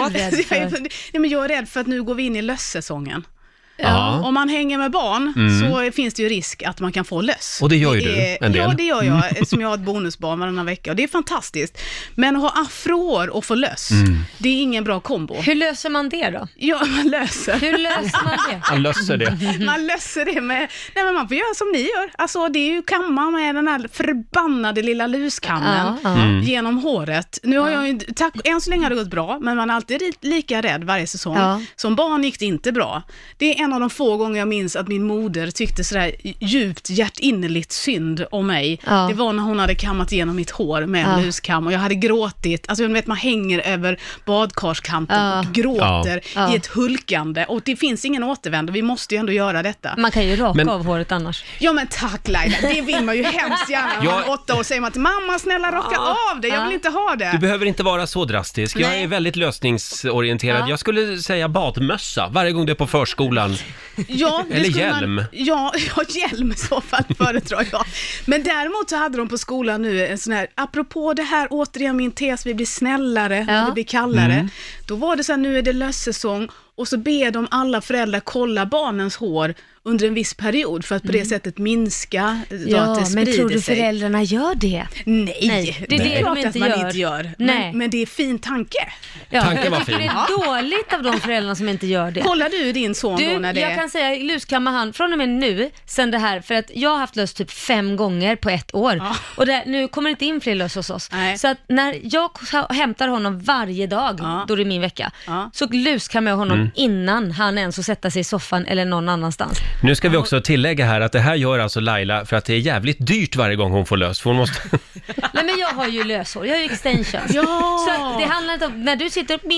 Speaker 8: rädd. Jag är rädd för att nu går vi in i lössäsongen. Ja. Om man hänger med barn så finns det ju risk att man kan få löss.
Speaker 1: Och det gör ju du en del.
Speaker 8: Ja, det gör jag, som jag har ett bonusbarn varannan vecka. Och det är fantastiskt. Men att ha afroår och få löss, det är ingen bra kombo.
Speaker 2: Hur löser man det då?
Speaker 8: Ja, man löser.
Speaker 2: Hur löser man det?
Speaker 1: Man löser det.
Speaker 8: Man löser det med... Nej, men man får göra som ni gör. Alltså, det är ju kamma med den här förbannade lilla luskammen genom håret. Nu har jag ju... Än så länge har det gått bra, men man är alltid lika rädd varje säsong. Ja. Som barn gick det inte bra. Det är en av de få gånger jag minns att min moder tyckte sådär djupt hjärtinnerligt synd om mig. Ja. Det var när hon hade kammat igenom mitt hår med en luskam och jag hade gråtit. Alltså jag vet, man hänger över badkarskanten och gråter i ett hulkande och det finns ingen återvändo. Vi måste ju ändå göra detta.
Speaker 2: Man kan ju raka av håret annars.
Speaker 8: Ja, men tack Laila. Det vill man ju hemskt gärna. När man är 8 år säger man till mamma, snälla raka av det. Jag vill inte ha det.
Speaker 1: Du behöver inte vara så drastisk. Jag är väldigt lösningsorienterad. Jag skulle säga badmössa varje gång det är på förskolan.
Speaker 8: Ja,
Speaker 1: eller hjälm.
Speaker 8: Ja, hjälm i så fall föredrar jag. Men däremot så hade de på skolan nu en sån här, apropå det här, återigen min tes, vi blir snällare när det blir kallare. Då var det så här, nu är det lössäsong och så ber de alla föräldrar kolla barnens hår under en viss period för att på det sättet minska att det sprider sig.
Speaker 2: Men tror du föräldrarna gör det?
Speaker 8: Nej. Det är klart att man inte gör. Men det är fin tanke.
Speaker 2: Ja, tanken var fin. Det är dåligt av de föräldrarna som inte gör det.
Speaker 8: Kollar du din son då när det
Speaker 2: jag kan säga, luskammar han från och med nu, sen det här, för att jag har haft löss typ 5 gånger på 1 år. Ja. Och nu kommer det inte in fler löss hos oss. Nej. Så att när jag hämtar honom varje dag, då är det min vecka, så luskammar jag honom innan han ens får sätta sig i soffan eller någon annanstans.
Speaker 1: Nu ska vi också tillägga här att det här gör alltså Laila för att det är jävligt dyrt varje gång hon får lös. För hon måste...
Speaker 2: Nej, men jag har ju löshår, jag har ju extensions. Så det handlar inte om, när du sitter och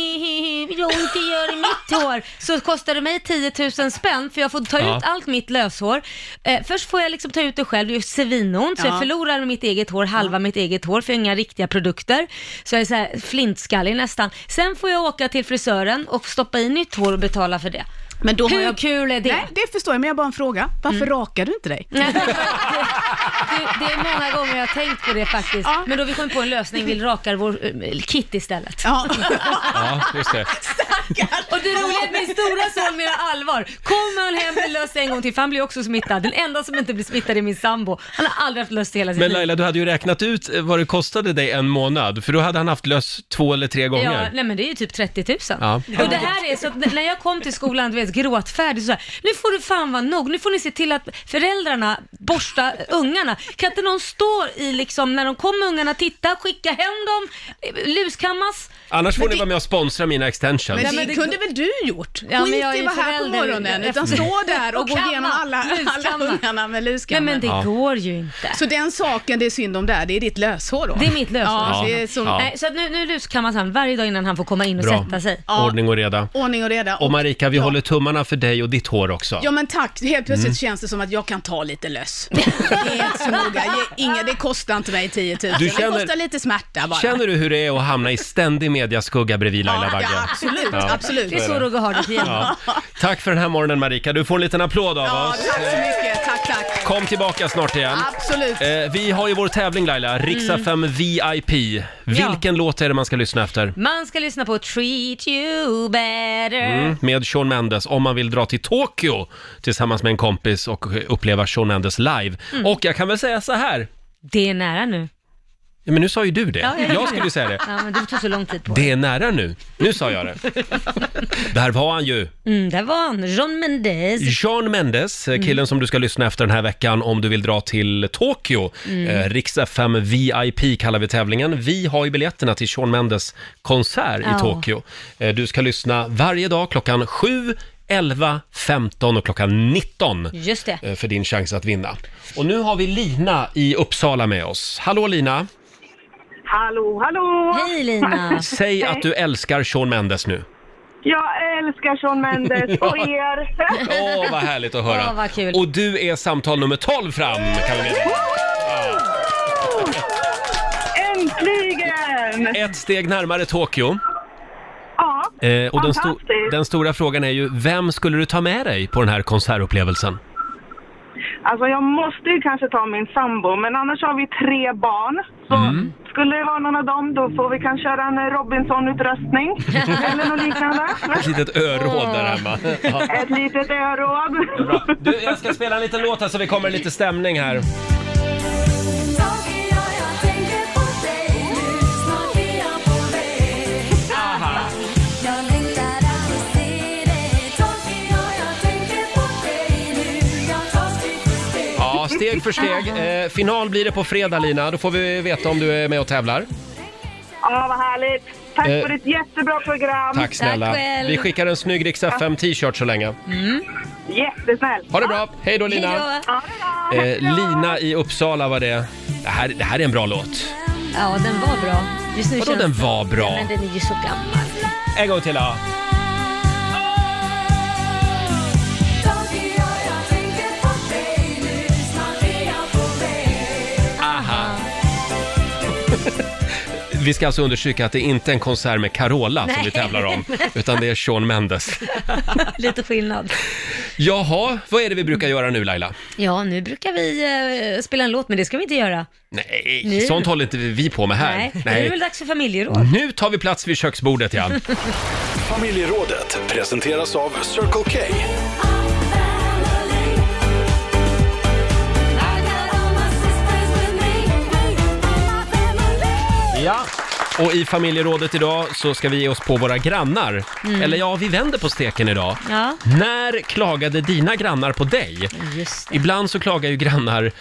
Speaker 2: jag inte gör i mitt hår, så kostar det mig 10 000 spänn för jag får ta ut allt mitt löshår. Först får jag liksom ta ut det själv, det är ju svinont, så jag förlorar mitt eget hår, halva mitt eget hår, för jag har inga riktiga produkter. Så jag är så här flintskallig nästan. Sen får jag åka till frisören och stoppa i nytt hår och betala för det. Men då hur kul är det?
Speaker 8: Nej, det förstår jag, men jag har bara en fråga. Varför rakar du inte dig?
Speaker 2: Det är många gånger jag har tänkt på det faktiskt. Ja. Men då vi kommer på en lösning, vill raka vår Kit istället.
Speaker 1: Ja, just det.
Speaker 2: Och det roliga är min stora son menar allvar. Kommer han hem med löss en gång till, för han blir också smittad. Den enda som inte blir smittad är min sambo. Han har aldrig haft löss hela sitt liv.
Speaker 1: Men Laila, du hade ju räknat ut vad det kostade dig en månad. För då hade han haft löss 2 eller 3 gånger.
Speaker 2: Ja, nej men det är ju typ 30 000. Ja. Och det här är så att när jag kom till skolan, du vet, gråtfärdig så här, nu får du fan vara nog. Nu får ni se till att föräldrarna borstar ungarna. Kan inte någon stå i liksom, när de kommer ungarna, titta, skicka hem dem, luskammas.
Speaker 1: Annars får ni vara med och sponsra mina extensions.
Speaker 8: Men det kunde väl du gjort?
Speaker 2: Ja,
Speaker 8: skit i vad här på morgonen, utan stå där och gå igenom alla ungarna med luskammar.
Speaker 2: Men det går ju inte.
Speaker 8: Så den saken det är synd om där, det är ditt löshår då?
Speaker 2: Det är mitt löshår.
Speaker 8: Ja, det är som...
Speaker 2: Nej, så att nu luskammas han varje dag innan han får komma in och sätta sig.
Speaker 1: Ja. Ordning och reda.
Speaker 8: Ordning och reda.
Speaker 1: Och Marika, vi håller tummarna för dig och ditt hår också.
Speaker 8: Ja, men tack. Helt plötsligt känns det som att jag kan ta lite löss. Det är inte så noga. Det kostar inte mig 10 000. Det kostar lite smärta bara.
Speaker 1: Känner du hur det är att hamna i ständig mediaskugga bredvid Laila Bagge?
Speaker 8: Ja, absolut.
Speaker 2: Det är så Roger har det igen.
Speaker 1: Tack för den här morgonen, Marika. Du får en liten applåd av oss.
Speaker 8: Tack så mycket. Tack.
Speaker 1: Kom tillbaka snart igen.
Speaker 8: Absolut.
Speaker 1: Vi har ju vår tävling, Laila. Rix FM VIP. Vilken låt är det man ska lyssna efter?
Speaker 2: Man ska lyssna på Treat You Better.
Speaker 1: Med Shawn Mendes, om man vill dra till Tokyo tillsammans med en kompis och uppleva Shawn Mendes live. Och jag kan väl säga så här.
Speaker 2: Det är nära nu.
Speaker 1: Ja, men nu sa ju du det.
Speaker 2: Ja,
Speaker 1: jag skulle ju säga det.
Speaker 2: Ja, men det tog så lång tid på
Speaker 1: det. är nära nu. Nu sa jag det. Där var han ju.
Speaker 2: Där var han. Shawn Mendes,
Speaker 1: killen som du ska lyssna efter den här veckan om du vill dra till Tokyo. Rix FM VIP kallar vi tävlingen. Vi har ju biljetterna till Shawn Mendes konsert i Tokyo. Du ska lyssna varje dag klockan 7, 11, 15 och klockan 19.
Speaker 2: Just det.
Speaker 1: För din chans att vinna. Och nu har vi Lina i Uppsala med oss. Hallå Lina!
Speaker 6: Hallå!
Speaker 2: Hej Lina!
Speaker 1: Säg att du älskar Shawn Mendes nu.
Speaker 6: Jag älskar Shawn Mendes och er.
Speaker 1: Vad härligt att höra.
Speaker 2: Vad kul.
Speaker 1: Och du är samtal nummer 12 fram, kan vi meddela.
Speaker 6: Äntligen!
Speaker 1: Ett steg närmare Tokyo.
Speaker 6: Ja,
Speaker 1: och den stora frågan är ju, vem skulle du ta med dig på den här konsertupplevelsen?
Speaker 6: Alltså jag måste ju kanske ta min sambo, men annars har vi 3 barn. Så skulle det vara någon av dem, då får vi kanske köra en Robinson-utröstning eller något liknande.
Speaker 1: Ett litet öråd där hemma.
Speaker 6: Ett litet öråd.
Speaker 1: Bra. Du, jag ska spela en liten låt här så vi kommer lite stämning här. Steg för steg. Final blir det på fredag, Lina. Då får vi veta om du är med och tävlar.
Speaker 6: Ja, vad härligt. Tack för ett jättebra program.
Speaker 1: Tack snälla.
Speaker 2: Tack.
Speaker 1: Vi skickar en snygg Rix FM t-shirt så länge.
Speaker 6: Jättesnäll.
Speaker 1: Ha det bra. Hej då Lina. Lina i Uppsala var det. Det här är en bra låt.
Speaker 2: Ja, den var bra. Just nu
Speaker 1: Vadå den var bra?
Speaker 2: Men den är ju så gammal.
Speaker 1: En gång till då. Vi ska alltså undersöka att det inte är en konsert med Carola som vi tävlar om, utan det är Shawn Mendes.
Speaker 2: Lite skillnad.
Speaker 1: Jaha, vad är det vi brukar göra nu, Laila?
Speaker 2: Ja, nu brukar vi spela en låt, men det ska vi inte göra.
Speaker 1: Nej, sånt håller inte vi på med här.
Speaker 2: Nej. Det är väl dags för familjeråd.
Speaker 1: Nu tar vi plats vid köksbordet, ja.
Speaker 4: Familjerådet presenteras av Circle K.
Speaker 1: Ja, och i familjerådet idag så ska vi ge oss på våra grannar. Eller ja, vi vänder på steken idag.
Speaker 2: Ja.
Speaker 1: När klagade dina grannar på dig?
Speaker 2: Just det.
Speaker 1: Ibland så klagar ju grannar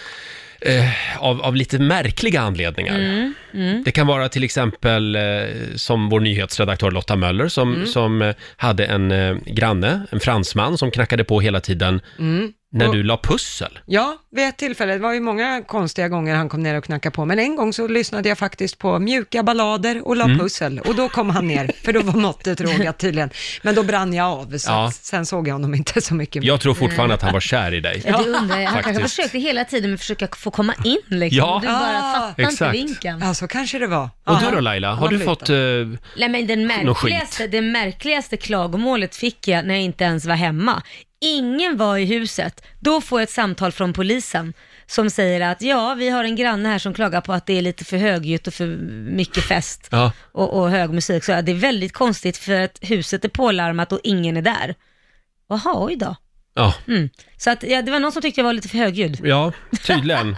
Speaker 1: av lite märkliga anledningar. Det kan vara till exempel som vår nyhetsredaktör Lotta Möller som hade en granne, en fransman som knackade på hela tiden när du la pussel.
Speaker 3: Ja, vid ett tillfälle, det var ju många konstiga gånger han kom ner och knackade på, men en gång så lyssnade jag faktiskt på mjuka ballader och la pussel, och då kom han ner, för då var måttet rågat tydligen. Men då brann jag av, så sen såg jag honom inte så mycket mer.
Speaker 1: Jag tror fortfarande att han var kär i dig.
Speaker 2: Ja, det undrar jag. Han kanske försökte hela tiden med försöka få komma in liksom.
Speaker 1: Ja.
Speaker 2: Du bara fattar inte vinkeln.
Speaker 3: Ja, så kanske det var.
Speaker 1: Och du då Laila, har du fått
Speaker 2: Nej, men det märkligaste klagomålet fick jag när jag inte ens var hemma. Ingen var i huset. Då får jag ett samtal från polisen som säger att vi har en granne här som klagar på att det är lite för högljutt och för mycket fest och hög musik. Så det är väldigt konstigt för att huset är pålarmat och ingen är där. Jaha, oj då.
Speaker 1: Ja.
Speaker 2: Så att, det var någon som tyckte jag var lite för högljudd.
Speaker 1: Ja, tydligen.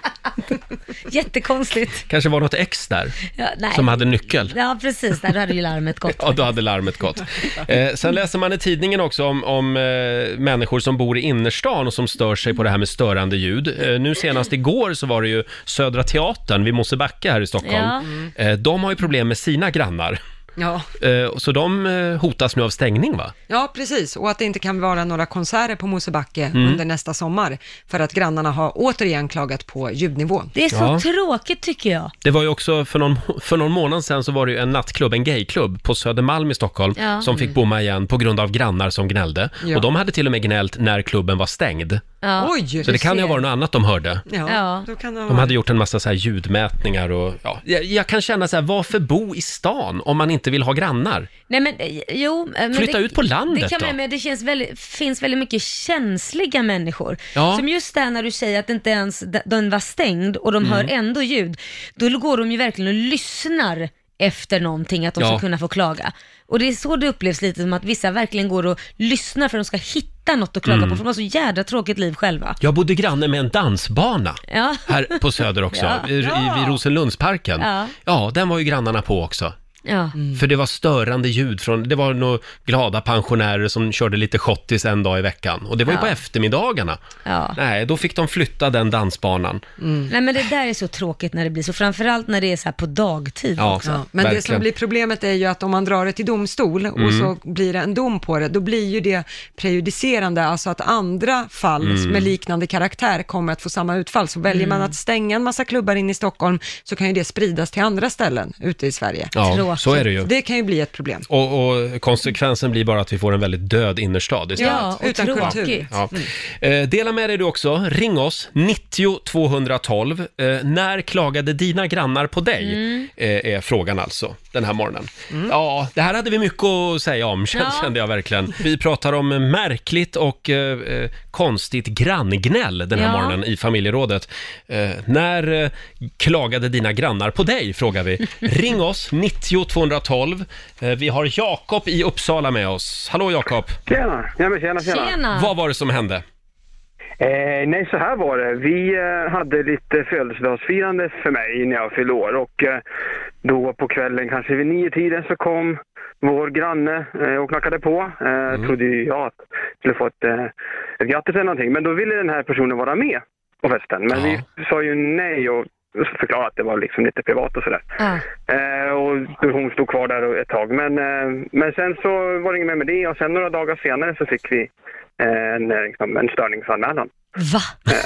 Speaker 2: Jättekonstigt.
Speaker 1: Kanske var något ex där som hade nyckel.
Speaker 2: Ja, precis. Där hade ju larmet gått.
Speaker 1: Ja, då hade larmet gått. Sen läser man i tidningen också om människor som bor i innerstan och som stör sig på det här med störande ljud. Nu senast igår så var det ju Södra Teatern vid Mosebacke här i Stockholm. De har ju problem med sina grannar.
Speaker 3: Ja.
Speaker 1: Så de hotas nu av stängning, va?
Speaker 3: Ja, precis. Och att det inte kan vara några konserter på Mosebacke under nästa sommar, för att grannarna har återigen klagat på ljudnivå.
Speaker 2: Det är så tråkigt tycker jag.
Speaker 1: Det var ju också för någon månad sedan så var det ju en nattklubb, en gayklubb på Södermalm i Stockholm som fick bomma igen på grund av grannar som gnällde. Och de hade till och med gnällt när klubben var stängd.
Speaker 2: Ja.
Speaker 3: Oj,
Speaker 1: så det kan ju vara något annat de hörde.
Speaker 3: Då kan
Speaker 1: de hade gjort en massa så här ljudmätningar och jag kan känna så här, varför bo i stan om man inte vill ha grannar?
Speaker 2: Nej men men
Speaker 1: flytta ut på landet
Speaker 2: det kan
Speaker 1: då.
Speaker 2: Men det finns väldigt mycket känsliga människor. Som just där när du säger att inte ens den var stängd och de hör ändå ljud. Då går de ju verkligen och lyssnar efter någonting, att de ska kunna få klaga. Och det är så det upplevs lite som att vissa verkligen går och lyssnar för att de ska hitta något att klaga på, för de har så jädra tråkigt liv själva.
Speaker 1: Jag bodde granne med en dansbana här på Söder också, vid Rosenlundsparken. Ja, den var ju grannarna på också.
Speaker 2: Ja.
Speaker 1: För det var störande ljud det var nog glada pensionärer som körde lite schottis en dag i veckan. Och det var ju på eftermiddagarna.
Speaker 2: Ja.
Speaker 1: Nej, då fick de flytta den dansbanan.
Speaker 2: Nej, men det där är så tråkigt när det blir så, framförallt när det är så här på dagtid också.
Speaker 3: Ja, men
Speaker 1: verkligen.
Speaker 3: det som blir problemet är ju att om man drar det till domstol och så blir det en dom på det, då blir ju det prejudicerande, alltså att andra fall med liknande karaktär kommer att få samma utfall. Så väljer man att stänga en massa klubbar in i Stockholm, så kan ju det spridas till andra ställen ute i Sverige.
Speaker 1: Ja, så är det ju.
Speaker 3: Det kan ju bli ett problem.
Speaker 1: Och konsekvensen blir bara att vi får en väldigt död innerstad istället.
Speaker 2: Ja, utan kultur.
Speaker 1: Ja. Dela med dig du också. Ring oss, 90 212. När klagade dina grannar på dig? Är frågan alltså, den här morgonen. Ja, det här hade vi mycket att säga om, kände jag verkligen. Vi pratar om märkligt och konstigt granngnäll den här morgonen i familjerådet. När klagade dina grannar på dig, frågar vi. Ring oss, 90 212. Vi har Jakob i Uppsala med oss. Hallå Jakob.
Speaker 9: Tjena. Ja, men tjena.
Speaker 1: Vad var det som hände?
Speaker 9: Nej, så här var det. Vi hade lite födelsedagsfirande för mig när jag fyllde år. Och då på kvällen, kanske vid 9-tiden, så kom vår granne och knackade på. Trodde jag att jag skulle få ett grattis eller någonting. Men då ville den här personen vara med på festen. Men vi sa ju nej och förklarade att det var liksom lite privat och sådär. Och hon stod kvar där ett tag. Men sen så var det inget med det. Och sen några dagar senare så fick vi en störningsanmälan.
Speaker 2: Va?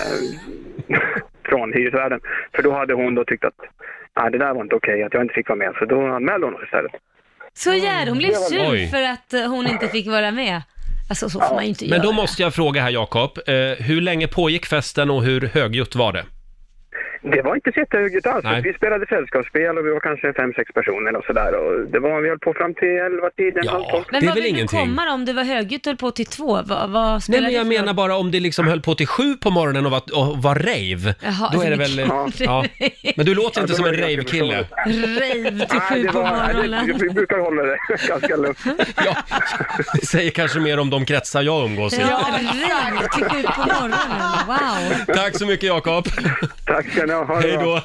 Speaker 9: Från hyresvärden. För då hade hon då tyckt att det där var inte okej, att jag inte fick vara med. Så då anmälde hon istället.
Speaker 2: Så hon blev sur för att hon inte fick vara med. Alltså så får man ju inte göra.
Speaker 1: Men då måste jag fråga här Jakob, hur länge pågick festen och hur högljutt var det?
Speaker 9: Det var inte så jättehögt alls. Vi spelade sällskapsspel och vi var kanske 5-6 personer och sådär. Och vi höll på fram till 11-tiden.
Speaker 1: Ja,
Speaker 2: men
Speaker 1: det är
Speaker 2: vad
Speaker 1: väl
Speaker 2: vill
Speaker 1: ingenting.
Speaker 2: Du komma om det var högljutt och höll på till 2? Vad
Speaker 1: Nej, men jag menar bara om det liksom höll på till 7 på morgonen och var rave.
Speaker 2: Jaha,
Speaker 1: då är det väl... Ja. Men du låter inte som en rave-kille.
Speaker 2: Rave till 7 på morgonen.
Speaker 9: Vi brukar hålla det ganska lugnt.
Speaker 1: Ja, det säger kanske mer om de kretsar jag umgås i.
Speaker 2: Ja, rave till 7 på morgonen. Wow.
Speaker 1: Tack så mycket Jakob.
Speaker 9: Tack ska ni ha.
Speaker 1: Hej då.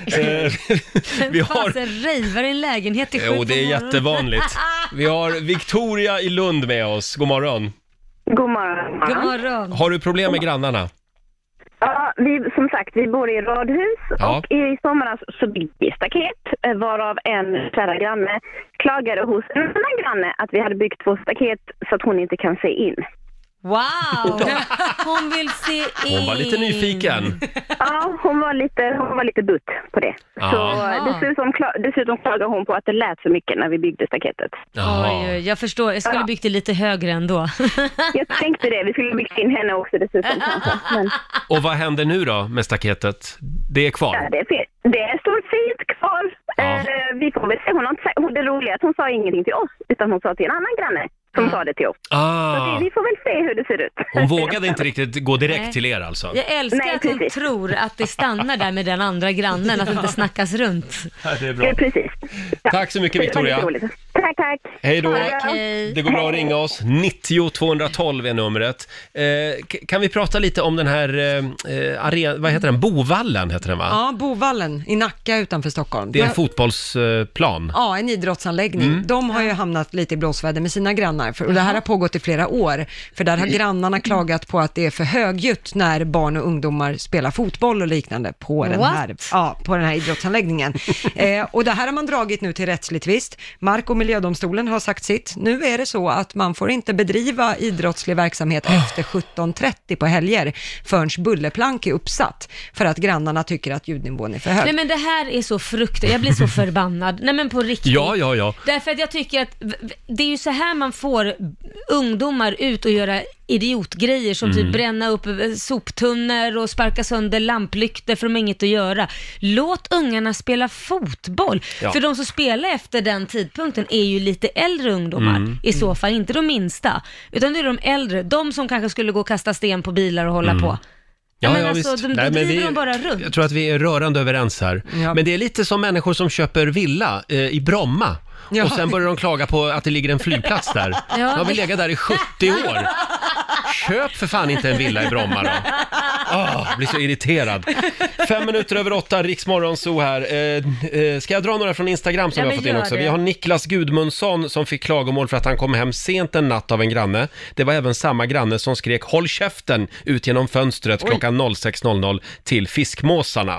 Speaker 2: Vi har ravar i en lägenhet till 7 på morgonen.
Speaker 1: Det är jättevanligt. Vi har Victoria i Lund med oss. God morgon.
Speaker 6: God morgon.
Speaker 2: God morgon.
Speaker 1: Har du problem med grannarna?
Speaker 6: Ja, som sagt, vi bor i radhus och i somras så byggde vi staket, varav en kära granne klagade hos en annan granne att vi hade byggt 2 staket så att hon inte kan se in.
Speaker 2: Wow! Hon vill se in.
Speaker 1: Hon var lite nyfiken.
Speaker 6: Ja, hon var lite dutt på det. Så dessutom klagade hon på att det lät så mycket när vi byggde staketet.
Speaker 2: Oj, jag förstår. Jag skulle byggt det lite högre ändå.
Speaker 6: Jag tänkte det. Vi skulle byggt in henne också dessutom kanske. Men...
Speaker 1: Och vad händer nu då med staketet? Det är kvar?
Speaker 6: Ja, det står fint kvar. Vi får väl se. Det roliga är att hon sa ingenting till oss, utan hon sa till en annan granne som sa det till oss. Så vi får väl se hur det ser ut.
Speaker 1: Hon vågade inte riktigt gå direkt till er alltså.
Speaker 2: Jag älskar att hon tror att det stannar där med den andra grannen, att det inte snackas runt.
Speaker 1: Ja, det är bra.
Speaker 6: Precis.
Speaker 1: Ja. Tack så mycket Victoria.
Speaker 6: Tack.
Speaker 1: Hej då.
Speaker 2: Hej.
Speaker 1: Det går bra att ringa oss. 90 212 är numret. Kan vi prata lite om den här vad heter den? Bovallen heter den, va?
Speaker 3: Ja, Bovallen i Nacka utanför Stockholm.
Speaker 1: Det är en fotbollsplan.
Speaker 3: Ja, en idrottsanläggning. De har ju hamnat lite i blåsväder med sina grannar. Och det här har pågått i flera år. För där har grannarna klagat på att det är för högljutt när barn och ungdomar spelar fotboll och liknande på den här idrottsanläggningen. Och det här har man dragit nu till rättslig tvist. Mark- och miljödomstolen har sagt sitt. Nu är det så att man får inte bedriva idrottslig verksamhet efter 17:30 på helger förrän bullerplank är uppsatt. För att grannarna tycker att ljudnivån är för hög.
Speaker 2: Nej, men det här är så fruktansvärt. Jag blir så förbannad. Nej, men på riktigt.
Speaker 1: Ja.
Speaker 2: Därför att jag tycker att det är ju så här man får ungdomar ut och göra idiotgrejer som typ bränna upp soptunnor och sparka sönder lamplyktor för de har inget att göra. Låt ungarna spela fotboll. För de som spelar efter den tidpunkten är ju lite äldre ungdomar i så fall, inte de minsta. Utan det är de äldre, de som kanske skulle gå och kasta sten på bilar och hålla på.
Speaker 1: Ja,
Speaker 2: men
Speaker 1: ja,
Speaker 2: alltså,
Speaker 1: visst.
Speaker 2: de driver dem bara runt.
Speaker 1: Jag tror att vi är rörande överens här.
Speaker 3: Ja.
Speaker 1: Men det är lite som människor som köper villa i Bromma.
Speaker 3: Ja.
Speaker 1: Och sen börjar de klaga på att det ligger en flygplats där.
Speaker 2: Ja.
Speaker 1: Nu har vi legat där i 70 år. Köp för fan inte en villa i Bromma då. Jag blir så irriterad. 5:05, Rix Morgonzoo här. Ska jag dra några från Instagram som vi har fått in också? Vi har Niklas Gudmundsson som fick klagomål för att han kom hem sent en natt av en granne. Det var även samma granne som skrek "håll käften" ut genom fönstret klockan 06:00 till fiskmåsarna.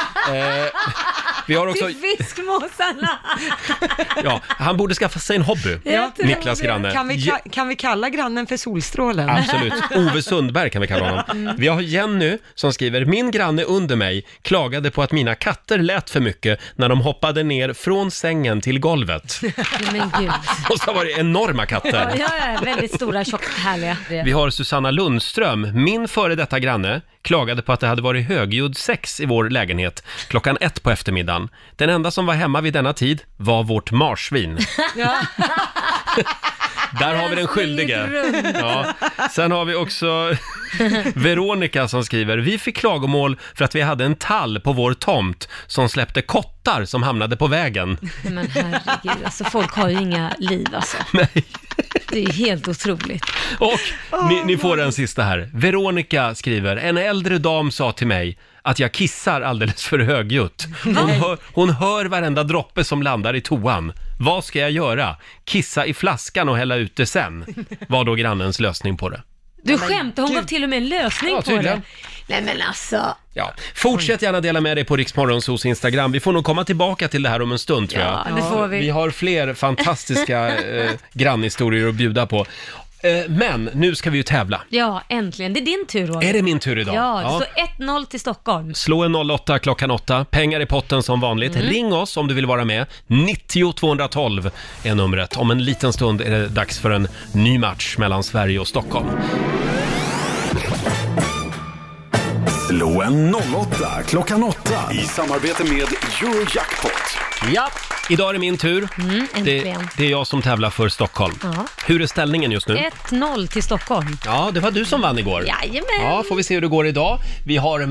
Speaker 1: Vi har också...
Speaker 2: Till fiskmåsarna!
Speaker 1: Ja, han borde skaffa sig en hobby, Niklas granne.
Speaker 3: Kan vi kalla grannen för Solstrålen?
Speaker 1: Absolut. Ove Sundberg kan vi kalla honom. Vi har Jenny som skriver: min granne under mig klagade på att mina katter lät för mycket när de hoppade ner från sängen till golvet.
Speaker 2: Men gud.
Speaker 1: Och så var det enorma katter.
Speaker 2: Ja, väldigt stora, tjocka, härliga.
Speaker 1: Vi har Susanna Lundström. Min före detta granne klagade på att det hade varit högljudd sex i vår lägenhet klockan 1 på eftermiddagen. Den enda som var hemma vid denna tid var vårt marsvin.
Speaker 3: Ja.
Speaker 1: Där har vi den skyldige. Ja. Sen har vi också Veronica som skriver: vi fick klagomål för att vi hade en tall på vår tomt som släppte kottar som hamnade på vägen.
Speaker 2: Men herregud, alltså folk har ju inga liv alltså.
Speaker 1: Nej.
Speaker 2: Det är helt otroligt.
Speaker 1: Och ni får den sista här. Veronica skriver: en äldre dam sa till mig att jag kissar alldeles för högljutt. Hon hör varenda droppe som landar i toan. Vad ska jag göra? Kissa i flaskan och hälla ut det sen? Var då grannens lösning på det.
Speaker 2: Du skämtar, hon gav till och med en lösning på det. Nej men alltså.
Speaker 1: Ja, fortsätt gärna dela med dig på Rix Morgonzoos Instagram. Vi får nog komma tillbaka till det här om en stund, tror jag.
Speaker 2: Ja, det får vi.
Speaker 1: Vi har fler fantastiska grannhistorier att bjuda på. Men nu ska vi ju tävla.
Speaker 2: Ja, äntligen. Det är din tur, Roger.
Speaker 1: Är det min tur idag?
Speaker 2: Ja, det står 1-0 till Stockholm.
Speaker 1: Slå en 08 klockan 8. Pengar i potten som vanligt. Ring oss om du vill vara med. 90 212 är numret. Om en liten stund är det dags för en ny match mellan Sverige och Stockholm.
Speaker 4: Slå en 08 klockan 8 i samarbete med Eurojackpot.
Speaker 1: Ja, idag är det min tur. Det är jag som tävlar för Stockholm.
Speaker 2: Ja.
Speaker 1: Hur är ställningen just nu?
Speaker 2: 1-0 till Stockholm.
Speaker 1: Ja, det var du som vann igår.
Speaker 2: Jajamän.
Speaker 1: Ja, får vi se hur det går idag. Vi har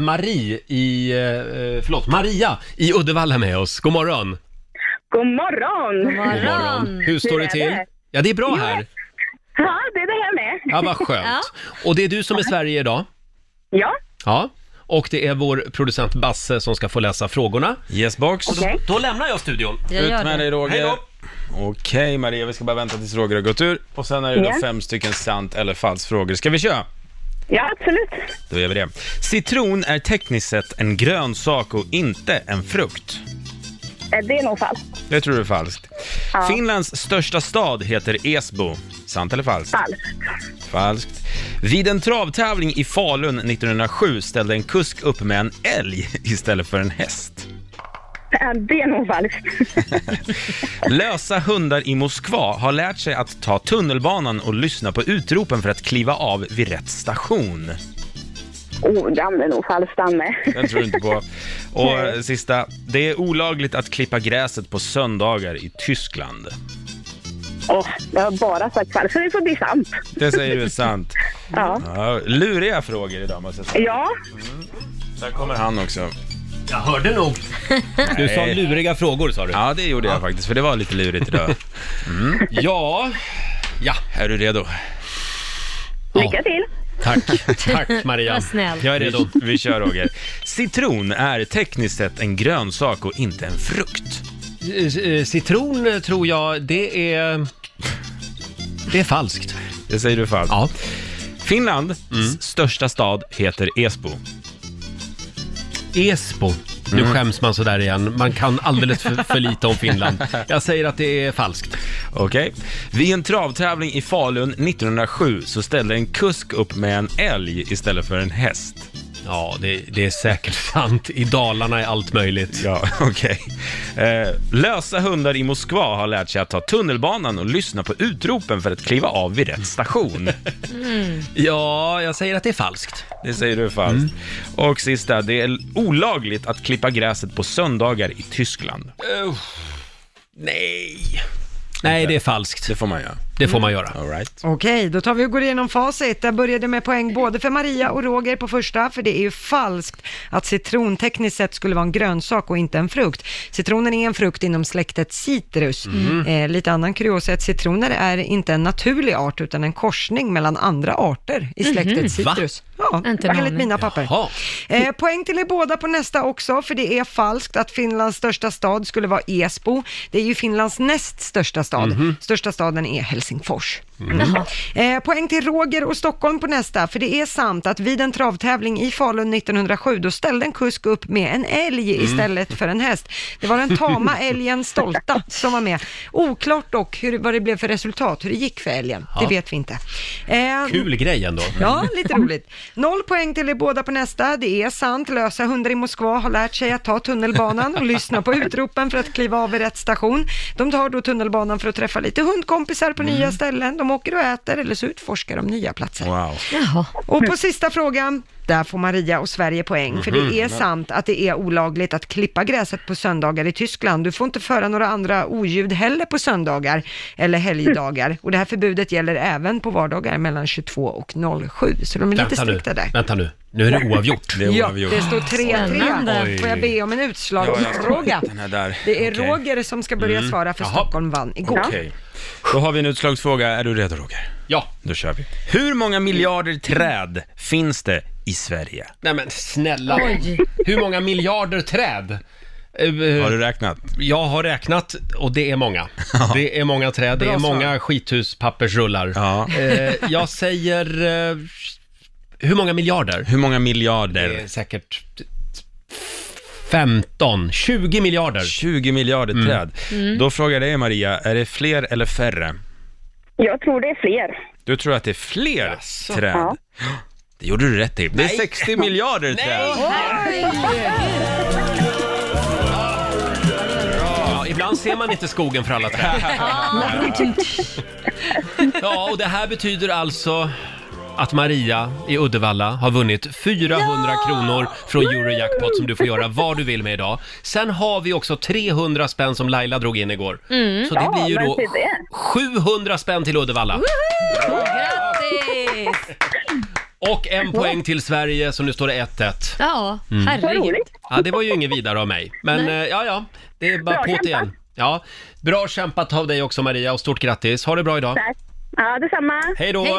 Speaker 1: Maria i Uddevalla med oss. God morgon.
Speaker 6: God morgon.
Speaker 2: God morgon.
Speaker 1: Hur står det till? Ja, det är bra här.
Speaker 6: Ja, det är det här med.
Speaker 1: Ja, vad skönt. Och det är du som är Sverige idag?
Speaker 6: Ja.
Speaker 1: Ja. Och det är vår producent Basse som ska få läsa frågorna.
Speaker 10: Yes box.
Speaker 6: Okay.
Speaker 1: Då lämnar jag studion.
Speaker 10: Ut med dig, Roger.
Speaker 1: Hej då.
Speaker 10: Okej, Maria, vi ska bara vänta tills Roger har gått ur. Och sen är det då 5 stycken sant eller falskt frågor. Ska vi köra?
Speaker 6: Ja, absolut.
Speaker 10: Då gör vi det. Citron är tekniskt sett en grönsak och inte en frukt.
Speaker 6: Det är nog falskt.
Speaker 10: Det tror du är falskt. Ja. Finlands största stad heter Esbo. Sant eller falskt?
Speaker 6: Falskt.
Speaker 10: Falskt. Vid en travtävling i Falun 1907 ställde en kusk upp med en älg istället för en häst.
Speaker 6: Det är nog falskt.
Speaker 10: Lösa hundar i Moskva har lärt sig att ta tunnelbanan och lyssna på utropen för att kliva av vid rätt station.
Speaker 6: Den är nog falskt, Danne.
Speaker 10: Den tror du inte på. Och sista, det är olagligt att klippa gräset på söndagar i Tyskland.
Speaker 6: Jag har bara sagt falskt, så det får bli sant.
Speaker 10: Det säger du är sant.
Speaker 6: Ja.
Speaker 10: Luriga frågor idag, måste jag säga.
Speaker 6: Ja.
Speaker 10: Där kommer han också.
Speaker 1: Jag hörde nog. Du sa luriga frågor, sa du.
Speaker 10: Ja, det gjorde jag faktiskt, för det var lite lurigt idag.
Speaker 1: Ja.
Speaker 10: Är du redo?
Speaker 6: Lycka till.
Speaker 1: Tack Maria.
Speaker 2: Vad snäll.
Speaker 1: Jag är redo.
Speaker 10: Vi kör, Roger. Citron är tekniskt sett en grönsak och inte en frukt.
Speaker 1: Citron tror jag, det är falskt.
Speaker 10: Det säger du falskt.
Speaker 1: Ja.
Speaker 10: Finlands största stad heter Esbo.
Speaker 1: Esbo. Nu skäms man så där igen. Man kan alldeles för lite om Finland. Jag säger att det är falskt.
Speaker 10: Okej. Vid en travtävling i Falun 1907 så ställde en kusk upp med en älg istället för en häst.
Speaker 1: Ja, det är säkert sant. I Dalarna är allt möjligt.
Speaker 10: Ja, okej. Lösa hundar i Moskva har lärt sig att ta tunnelbanan och lyssna på utropen för att kliva av vid rätt station.
Speaker 1: Ja, jag säger att det är falskt.
Speaker 10: Det säger du är falskt. Och sista, det är olagligt att klippa gräset på söndagar i Tyskland.
Speaker 1: Nej. Nej, det är falskt.
Speaker 10: Det får man göra.
Speaker 1: Det får man göra.
Speaker 10: All right.
Speaker 3: Okej, då tar vi och går igenom facit. Där började med poäng både för Maria och Roger på första, för det är ju falskt att citron tekniskt sett skulle vara en grönsak och inte en frukt. Citronen är en frukt inom släktet citrus. Lite annan kuriosa är att citroner är inte en naturlig art utan en korsning mellan andra arter i släktet citrus. Ja, enligt mina papper. Poäng till er båda på nästa också, för det är falskt att Finlands största stad skulle vara Esbo. Det är ju Finlands näst största stad. Största staden är Helsingfors. Poäng till Roger och Stockholm på nästa, för det är sant att vid en travtävling i Falun 1907 då ställde en kusk upp med en älg istället för en häst. Det var den tama älgen Stolta som var med. Oklart dock vad det blev för resultat, hur det gick för älgen. Det vet vi inte.
Speaker 1: Kul grej ändå.
Speaker 3: Ja, lite roligt. 0 poäng till er båda på nästa. Det är sant, lösa hundar i Moskva har lärt sig att ta tunnelbanan och lyssna på utropen för att kliva av i rätt station. De tar då tunnelbanan för att träffa lite hundkompisar på nya ställen. De åker och äter eller så utforskar de nya platser.
Speaker 10: Wow.
Speaker 3: Och på sista frågan, där får Maria och Sverige poäng. För det är sant att det är olagligt att klippa gräset på söndagar i Tyskland. Du får inte föra några andra oljud heller på söndagar eller helgdagar. Och det här förbudet gäller även på vardagar mellan 22 och 07. Så de är lite strikta där.
Speaker 1: Vänta nu. Nu är det oavgjort.
Speaker 3: Ja, det står 3-3. Får jag be om en utslagsfråga? Det är Roger som ska börja svara för Stockholm vann igår.
Speaker 10: Okej. Då har vi en utslagsfråga. Är du redo, Roger?
Speaker 1: Ja.
Speaker 10: Då kör vi. Hur många miljarder träd finns det i Sverige?
Speaker 1: Nej men snälla. Hur många miljarder träd?
Speaker 10: Har du räknat?
Speaker 1: Jag har räknat och det är många. Det är många träd, det är många skithuspappersrullar. Jag säger... hur många miljarder?
Speaker 10: Hur många miljarder?
Speaker 1: Det är säkert 15, 20 miljarder.
Speaker 10: 20 miljarder träd. Då frågar jag dig, Maria, är det fler eller färre?
Speaker 6: Jag tror det är fler.
Speaker 10: Du tror att det är fler träd? Ja. Det gjorde du rätt i. Det är 60 miljarder träd.
Speaker 1: Ja, ibland ser man inte skogen för alla träd. Ja, och det här betyder alltså att Maria i Uddevalla har vunnit 400 kronor från Eurojackpot som du får göra vad du vill med idag. Sen har vi också 300 spänn som Laila drog in igår. Så det blir ju då 700 spänn till Uddevalla.
Speaker 2: Grattis!
Speaker 1: Och en poäng till Sverige, så nu står det 1-1.
Speaker 2: Ja, herregud.
Speaker 1: Ja, det var ju inget vidare av mig. Men det är bara på igen. Ja, bra kämpat av dig också, Maria, och stort grattis. Ha det bra idag.
Speaker 6: Tack. Ja, detsamma.
Speaker 1: Hej då.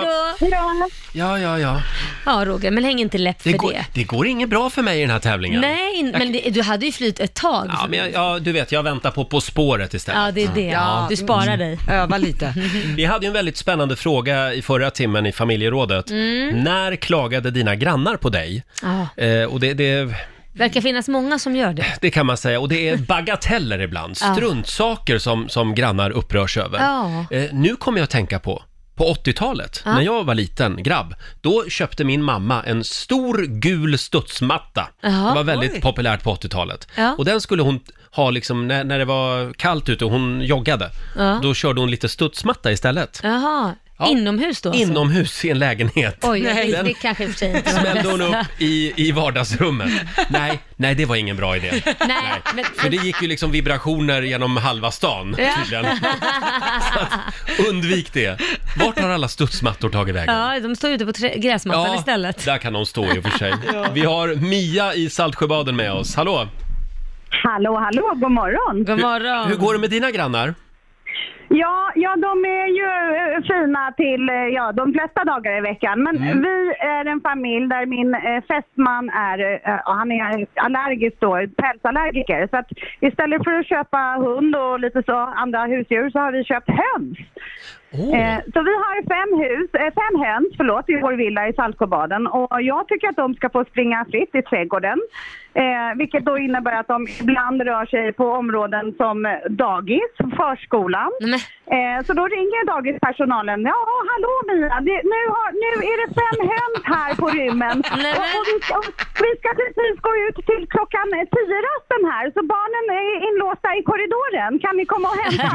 Speaker 1: Ja.
Speaker 2: Ja, Roger, men häng inte läpp för det.
Speaker 1: Det går inget bra för mig i den här tävlingen.
Speaker 2: Nej, men du hade ju flytt ett tag.
Speaker 1: Ja, men du vet, jag väntar på spåret istället.
Speaker 2: Ja, det är det. Ja. Du sparar dig.
Speaker 3: Öva lite.
Speaker 1: Vi hade ju en väldigt spännande fråga i förra timmen i familjerådet. När klagade dina grannar på dig? Och det
Speaker 2: verkar finnas många som gör det.
Speaker 1: Det kan man säga, och det är bagateller ibland. Struntsaker som grannar upprörs över. Nu kommer jag att tänka på 80-talet, när jag var liten grabb, då köpte min mamma en stor gul studsmatta. Det var väldigt populärt på 80-talet. Och den skulle hon ha liksom, när det var kallt ute och hon joggade, då körde hon lite studsmatta istället.
Speaker 2: Inomhus då? Alltså?
Speaker 1: Inomhus i en lägenhet.
Speaker 2: Oj, det kanske för sig inte
Speaker 1: smällde hon upp i vardagsrummet. Nej, det var ingen bra idé.
Speaker 2: Nej.
Speaker 1: För det gick ju liksom vibrationer genom halva stan, tydligen. Så att, undvik det. Vart har alla studsmattor tagit vägen?
Speaker 2: Ja, de står ute på gräsmattan istället.
Speaker 1: Där kan de stå i och för sig. Vi har Mia i Saltsjöbaden med oss. Hallå?
Speaker 6: Hallå, god morgon.
Speaker 2: God morgon.
Speaker 1: Hur går det med dina grannar?
Speaker 6: Ja, de är ju fina till de flesta dagar i veckan. Men vi är en familj där min fästman han är allergisk då, pälsallergiker. Så att istället för att köpa hund och lite så andra husdjur så har vi köpt höns. Så vi har 5 höns i vår villa i Saltsjöbaden. Och jag tycker att de ska få springa fritt i trädgården. Vilket då innebär att de ibland rör sig på områden som dagis, förskolan. Så då ringer dagispersonalen. Ja, hallå Mia, nu är det 5 höns här på rymmen. Och vi ska precis gå ut till klockan 10-rasten här. Så barnen är inlåsta i korridoren. Kan ni komma och hämta?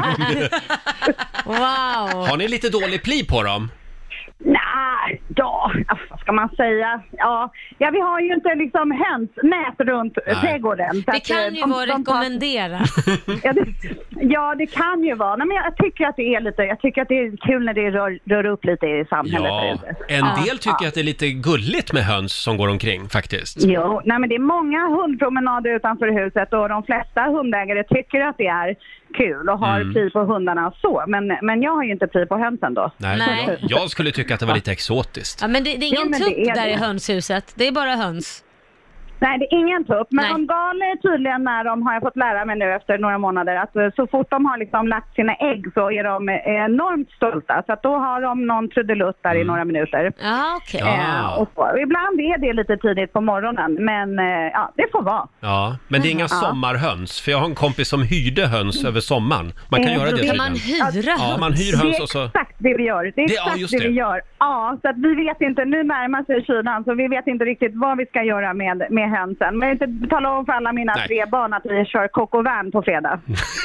Speaker 2: Wow.
Speaker 1: Har ni lite dålig pli på dem?
Speaker 6: Nej, vad ska man säga? Ja, vi har ju inte liksom hönsnät runt trädgården.
Speaker 2: Det kan ju vara rekommendera.
Speaker 6: Det kan ju vara. Nej, men jag tycker att det är kul när det rör upp lite i samhället.
Speaker 1: Ja, en del tycker att det är lite gulligt med höns som går omkring faktiskt.
Speaker 6: Jo, nej men det är många hundpromenader utanför huset och de flesta hundägare tycker att det är kul och har pri på hundarna och så. Men jag har ju inte pri på hönsen då.
Speaker 1: Nej. Jag skulle tycka att det var lite exotiskt.
Speaker 2: Ja, men det är ingen tupp där i hönshuset. Det är bara höns.
Speaker 6: Nej, det är ingen tupp. Men de galer tydligen har jag fått lära mig nu efter några månader, att så fort de har liksom lagt sina ägg så är de enormt stolta. Så att då har de någon trudelutt där i några minuter.
Speaker 2: Ja, okej.
Speaker 6: Och ibland är det lite tidigt på morgonen, men det får vara.
Speaker 1: Ja, men det är inga sommarhöns. För jag har en kompis som hyrde höns över sommaren. Man kan göra det tydligen.
Speaker 2: Man hyra höns?
Speaker 1: Ja, man hyr höns och så...
Speaker 6: Det är exakt det vi gör. Det är exakt det vi gör. Ja, så att vi vet inte, nu närmar sig kylan, så vi vet inte riktigt vad vi ska göra med hönsen. Men jag vill inte tala om för alla mina 3 barn att vi kör Coq au vin på fredag.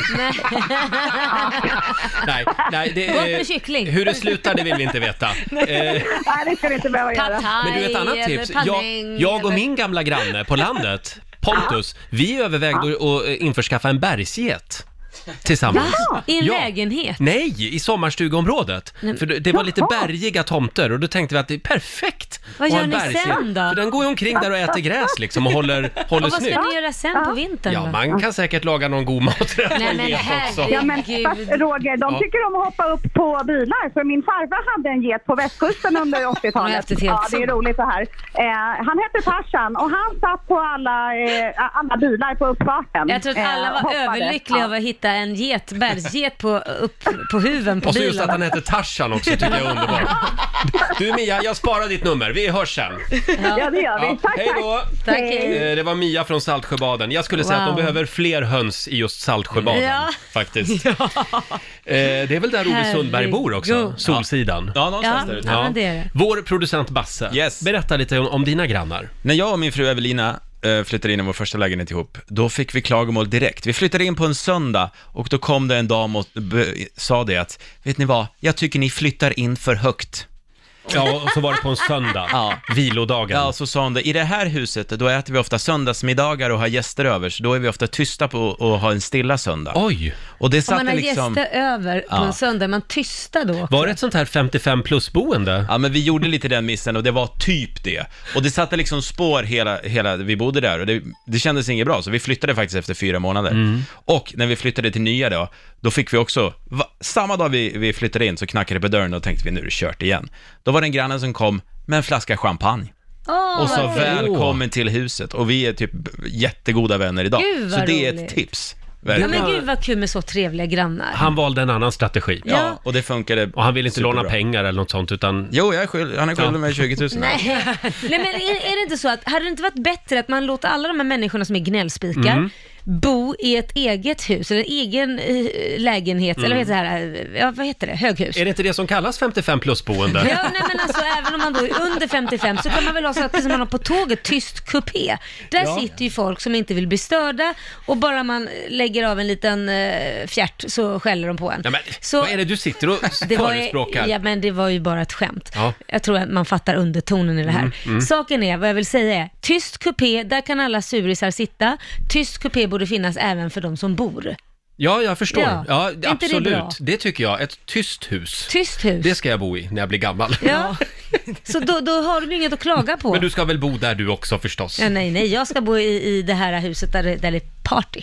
Speaker 1: Nej, det
Speaker 2: Gott med kyckling.
Speaker 1: Hur det slutar, det vill vi inte veta.
Speaker 6: Nej, det ska vi inte behöva göra.
Speaker 1: Men du, ett annat tips. Jag och min gamla granne på landet, Pontus, vi övervägde att införskaffa en bergsget tillsammans.
Speaker 2: Ja, i en lägenhet?
Speaker 1: Nej, i sommarstugområdet. För det var lite bergiga tomter och då tänkte vi att det är perfekt.
Speaker 2: Vad gör ni sen då?
Speaker 1: För den går ju omkring där och äter gräs liksom och håller snyggt. Och
Speaker 2: vad ska ni göra sen på vintern då?
Speaker 1: Ja, man kan säkert laga någon god mat.
Speaker 2: Nej, men herregud.
Speaker 6: Ja, men Roger, de tycker om att hoppa upp på bilar. För min farfar hade en get på västkusten under 80-talet. Ja, det är roligt det här. Han hette Tarzan och han satt på alla bilar på uppfarten.
Speaker 2: Jag tror att alla var överlyckliga av att hitta en bergsget på huven på
Speaker 1: och så
Speaker 2: bilen.
Speaker 1: just att han heter Tarzan också tycker jag är underbart. Du Mia, jag sparar ditt nummer. Vi hörs sen.
Speaker 6: Ja, det gör vi. Tack,
Speaker 1: hej då.
Speaker 2: Tack.
Speaker 1: Det var Mia från Saltsjöbaden. Jag skulle säga att de behöver fler höns i just Saltsjöbaden, faktiskt. Det är väl där Ove Sundberg bor också, Solsidan.
Speaker 10: Ja, någonstans där ute.
Speaker 2: Ja, det är det.
Speaker 1: Vår producent Basse, berätta lite om dina grannar.
Speaker 10: När jag och min fru Evelina flyttade in i vår första lägenhet ihop, då fick vi klagomål direkt. Vi flyttade in på en söndag och då kom det en dam och sa det att, vet ni vad, jag tycker ni flyttar in för högt.
Speaker 1: Ja, och så var det på en söndag, vilodagen.
Speaker 10: Ja, så sa hon det, i det här huset, då äter vi ofta söndagsmiddagar och har gäster över, så då är vi ofta tysta på att ha en stilla söndag.
Speaker 1: Oj!
Speaker 10: Och det
Speaker 2: om man har
Speaker 10: liksom...
Speaker 2: gäster över på en söndag, är man tysta då också?
Speaker 1: Var det ett sånt här 55 plus boende?
Speaker 10: Ja, men vi gjorde lite den missen och det var typ det. Och det satte liksom spår hela vi bodde där och det kändes inget bra, så vi flyttade faktiskt efter 4 månader. Och när vi flyttade till nya då fick vi också, samma dag vi flyttade in så knackade det på dörren och tänkte vi, nu är det kört igen. Då var det en granne som kom med en flaska champagne. Och så välkommen till huset. Och vi är typ jättegoda vänner idag.
Speaker 2: Gud,
Speaker 10: så det är
Speaker 2: roligt.
Speaker 10: ett tips.
Speaker 2: Ja, men gud vad kul med så trevliga grannar.
Speaker 1: Han valde en annan strategi.
Speaker 10: Ja, och det funkade.
Speaker 1: Och han vill inte
Speaker 10: superbra.
Speaker 1: låna pengar eller något sånt utan...
Speaker 10: Jo, han är skyldig med 20 000.
Speaker 2: Nej, men är det inte så att hade det inte varit bättre att man låter alla de här människorna som är gnällspikar bo i ett eget hus eller en egen lägenhet eller vad heter det här? Vad heter det? Höghus.
Speaker 1: Är det inte det som kallas 55 plus boende?
Speaker 2: Ja, nej men alltså även om man då är under 55 så kan man väl ha så att precis som man har på tåget tyst kupé. Där sitter ju folk som inte vill bli störda och bara man lägger av en liten fjärt så skäller de på en.
Speaker 1: Ja, men,
Speaker 2: så,
Speaker 1: vad är det du sitter och förespråkar?
Speaker 2: Ja, men det var ju bara ett skämt.
Speaker 1: Ja.
Speaker 2: Jag tror att man fattar undertonen i det här. Saken är, vad jag vill säga är, tyst kupé, där kan alla surisar sitta. Tyst kupé borde finnas även för de som bor.
Speaker 1: Ja, jag förstår. Ja, absolut.
Speaker 2: Det
Speaker 1: tycker jag. Ett tyst hus.
Speaker 2: Tyst hus.
Speaker 1: Det ska jag bo i när jag blir gammal.
Speaker 2: Ja. Så då har du inget att klaga på.
Speaker 1: Men du ska väl bo där du också förstås?
Speaker 2: Ja, nej, jag ska bo i det här huset där det är party.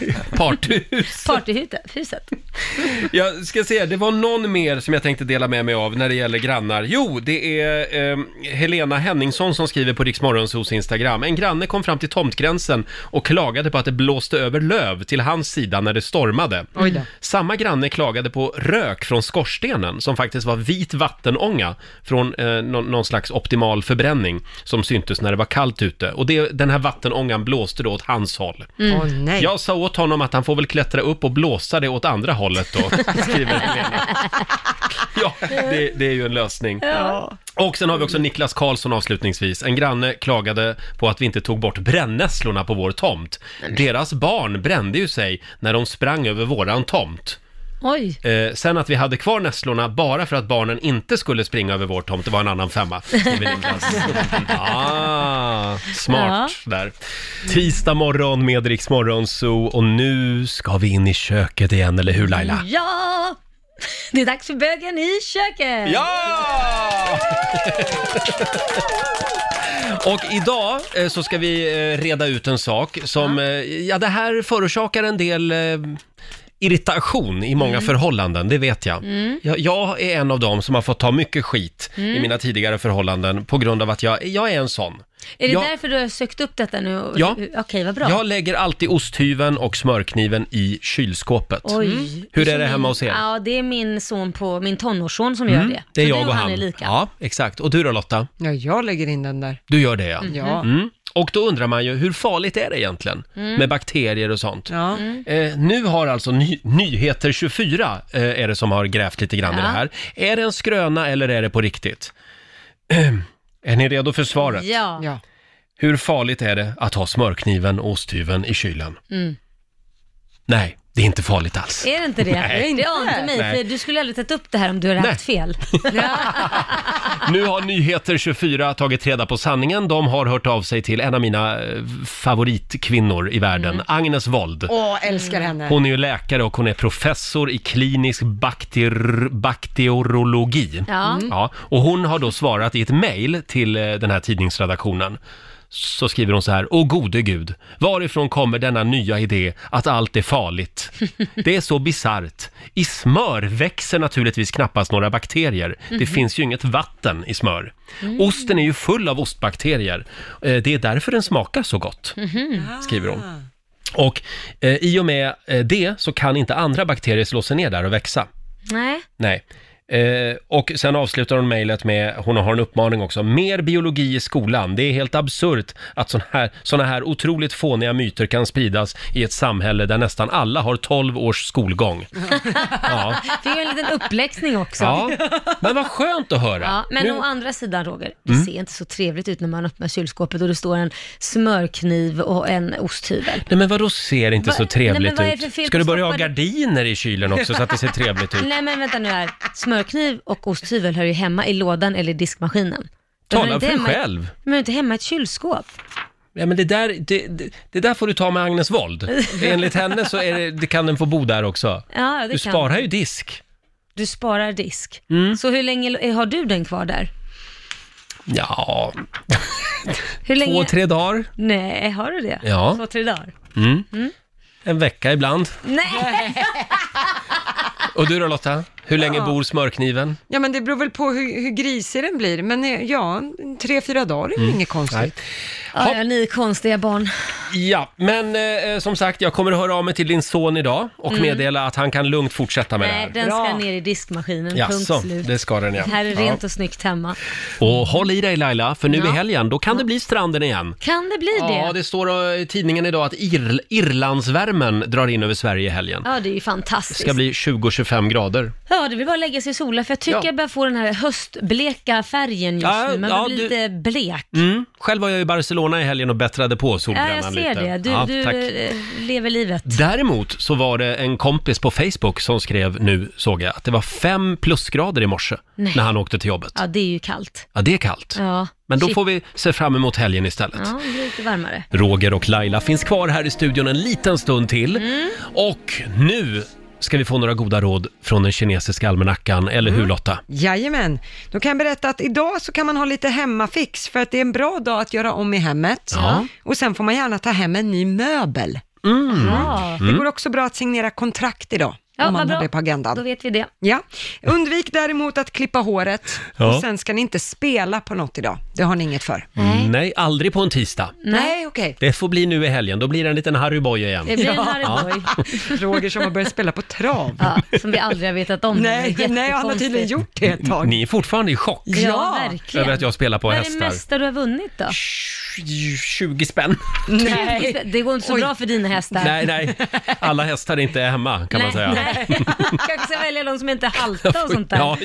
Speaker 2: Partyhuset.
Speaker 1: Jag ska se, det var någon mer som jag tänkte dela med mig av när det gäller grannar. Jo, det är Helena Henningsson som skriver på Riksmorgonsos Instagram. En granne kom fram till tomtgränsen och klagade på att det blåste över löv till hans sida när det stormade. Samma granne klagade på rök från skorstenen som faktiskt var vit vattenånga från någon slags optimal förbränning som syntes när det var kallt ute. Och den här vattenångan blåste då åt hans håll.
Speaker 3: Nej.
Speaker 1: Jag sa åt honom att han får väl klättra upp och blåsa det åt andra hållet då, skriver Helena. Ja, det är ju en lösning. Ja. Och sen har vi också Niklas Karlsson avslutningsvis. En granne klagade på att vi inte tog bort brännässlorna på vår tomt. Deras barn brände ju sig när de sprang över våran tomt.
Speaker 2: Oj.
Speaker 1: Sen att vi hade kvar nässlorna bara för att barnen inte skulle springa över vår tomt, det var en annan femma. Smart där. Tisdag morgon med Rix Morgon Zoo, och nu ska vi in i köket igen, eller hur Laila?
Speaker 2: Ja! Det är dags för bögen i köket!
Speaker 1: Ja! Och idag så ska vi reda ut en sak som, det här förorsakar en del irritation i många förhållanden, det vet jag. Jag är en av dem som har fått ta mycket skit i mina tidigare förhållanden på grund av att jag är en sån.
Speaker 2: Är det därför du har sökt upp detta nu?
Speaker 1: Ja.
Speaker 2: Okej, vad bra.
Speaker 1: Jag lägger alltid osthyveln och smörkniven i kylskåpet.
Speaker 2: Oj.
Speaker 1: Hur är det hemma hos er?
Speaker 2: Ja, det är min tonårsson som gör det.
Speaker 1: Det är
Speaker 2: så
Speaker 1: jag och han.
Speaker 2: Är lika.
Speaker 1: Ja, exakt. Och du då Lotta?
Speaker 3: Ja, jag lägger in den där.
Speaker 1: Du gör det, ja.
Speaker 3: Ja.
Speaker 1: Och då undrar man ju, hur farligt är det egentligen med bakterier och sånt?
Speaker 3: Ja.
Speaker 1: Nu har alltså Nyheter 24 är det som har grävt lite grann i det här. Är det en skröna eller är det på riktigt? Är ni redo för svaret?
Speaker 2: Ja.
Speaker 1: Hur farligt är det att ha smörkniven och osthyveln i kylen? Nej, det är inte farligt alls.
Speaker 2: Är det inte det?
Speaker 1: Nej.
Speaker 2: Det ante mig, för du skulle aldrig tagit upp det här om du hade haft fel.
Speaker 1: Nu har Nyheter 24 tagit reda på sanningen. De har hört av sig till en av mina favoritkvinnor i världen, Agnes Wold.
Speaker 3: Älskar henne.
Speaker 1: Hon är ju läkare och hon är professor i klinisk bakteriologi. Ja, och hon har då svarat i ett mejl till den här tidningsredaktionen. Så skriver hon så här: åh gode gud, varifrån kommer denna nya idé att allt är farligt? Det är så bizarrt. I smör växer naturligtvis knappast några bakterier. Det finns ju inget vatten i smör. Osten är ju full av ostbakterier. Det är därför den smakar så gott, skriver hon. Och i och med det så kan inte andra bakterier slå sig ner där och växa. Nej. Och sen avslutar hon mejlet med, hon har en uppmaning också: mer biologi i skolan. Det är helt absurt att såna här otroligt fåniga myter kan spridas i ett samhälle där nästan alla har 12 års skolgång. Ja.
Speaker 2: Fick en liten uppläxning också.
Speaker 1: Ja, men vad skönt att höra.
Speaker 2: Ja, men å andra sidan, Roger, det ser inte så trevligt ut när man öppnar kylskåpet och det står en smörkniv och en osthyvel.
Speaker 1: Nej, men vadå ser inte så trevligt
Speaker 2: ut?
Speaker 1: Ska du börja ha gardiner i kylen också så att det ser trevligt ut?
Speaker 2: Nej, men vänta nu här. Smörkniv och osthyvel hör ju hemma i lådan eller i diskmaskinen.
Speaker 1: Tala för dig själv.
Speaker 2: Men inte hemma i ett kylskåp.
Speaker 1: Ja, men det där får du ta med Agnes Wold. Enligt henne så det kan den få bo där också.
Speaker 2: Ja,
Speaker 1: du sparar ju disk.
Speaker 2: Du sparar disk. Så hur länge har du den kvar där?
Speaker 1: Ja,
Speaker 2: hur länge?
Speaker 1: 2-3 dagar.
Speaker 2: Nej, har du det?
Speaker 1: Ja.
Speaker 2: 2-3 dagar?
Speaker 1: En vecka ibland.
Speaker 2: Nej!
Speaker 1: Och du då Lotta? Hur länge bor smörkniven?
Speaker 3: Ja, men det beror väl på hur grisig den blir. Men 3-4 dagar är inget konstigt.
Speaker 2: Ja, ni är konstiga barn.
Speaker 1: Ja, men som sagt, jag kommer att höra av mig till din son idag och meddela att han kan lugnt fortsätta med det här.
Speaker 2: Nej, den ska ner i diskmaskinen, punkt slut.
Speaker 1: Det ska den, ja.
Speaker 2: Det här är rent och snyggt hemma.
Speaker 1: Och håll i dig Laila, för nu i helgen, då kan det bli stranden igen.
Speaker 2: Kan det bli det?
Speaker 1: Ja, det står i tidningen idag att Irlandsvärmen drar in över Sverige i helgen.
Speaker 2: Ja, det är ju fantastiskt.
Speaker 1: Det ska bli 20-25 grader.
Speaker 2: Ja, det vill bara lägga sig i solen, för jag tycker jag börjar få den här höstbleka färgen just nu. Man blir lite blek.
Speaker 1: Själv var jag i Barcelona i helgen och bättrade på solbrännan lite.
Speaker 2: Ja, jag ser det. Du lever livet.
Speaker 1: Däremot så var det en kompis på Facebook som skrev, nu såg jag, att det var 5 plusgrader i morse när han åkte till jobbet.
Speaker 2: Ja, det är ju kallt.
Speaker 1: Ja, det är kallt.
Speaker 2: Ja.
Speaker 1: Men då får vi se fram emot helgen istället.
Speaker 2: Ja, det blir lite varmare.
Speaker 1: Roger och Laila finns kvar här i studion en liten stund till. Och nu ska vi få några goda råd från den kinesiska almanackan, eller hur Lotta?
Speaker 3: Jajamän, då kan jag berätta att idag så kan man ha lite hemmafix för att det är en bra dag att göra om i hemmet.
Speaker 1: Ja.
Speaker 3: Och sen får man gärna ta hem en ny möbel. Det går också bra att signera kontrakt idag. Om man har det på agendan.
Speaker 2: Då vet vi det.
Speaker 3: Ja. Undvik däremot att klippa håret. Och sen ska ni inte spela på något idag. Det har ni inget för.
Speaker 1: Nej, aldrig på en tisdag.
Speaker 3: Nej, okej.
Speaker 1: Det får bli nu i helgen. Då blir det en liten Harry Boy igen.
Speaker 2: Det blir en Harry Boy.
Speaker 3: Roger som har börjat spela på trav.
Speaker 2: Ja, som vi aldrig har vetat om.
Speaker 3: Nej, han har tydligen gjort det ett tag.
Speaker 1: Ni är fortfarande i chock.
Speaker 2: Ja, verkligen.
Speaker 1: Över att jag spelar på hästar.
Speaker 2: Vad är det mesta du har vunnit då?
Speaker 1: 20 spänn.
Speaker 2: Nej. Det går inte så bra för dina hästar.
Speaker 1: Nej. Alla hästar är inte hemma, kan man säga.
Speaker 2: Nej. Kanske ska välja de som inte är halta och sånt där.
Speaker 1: Ja.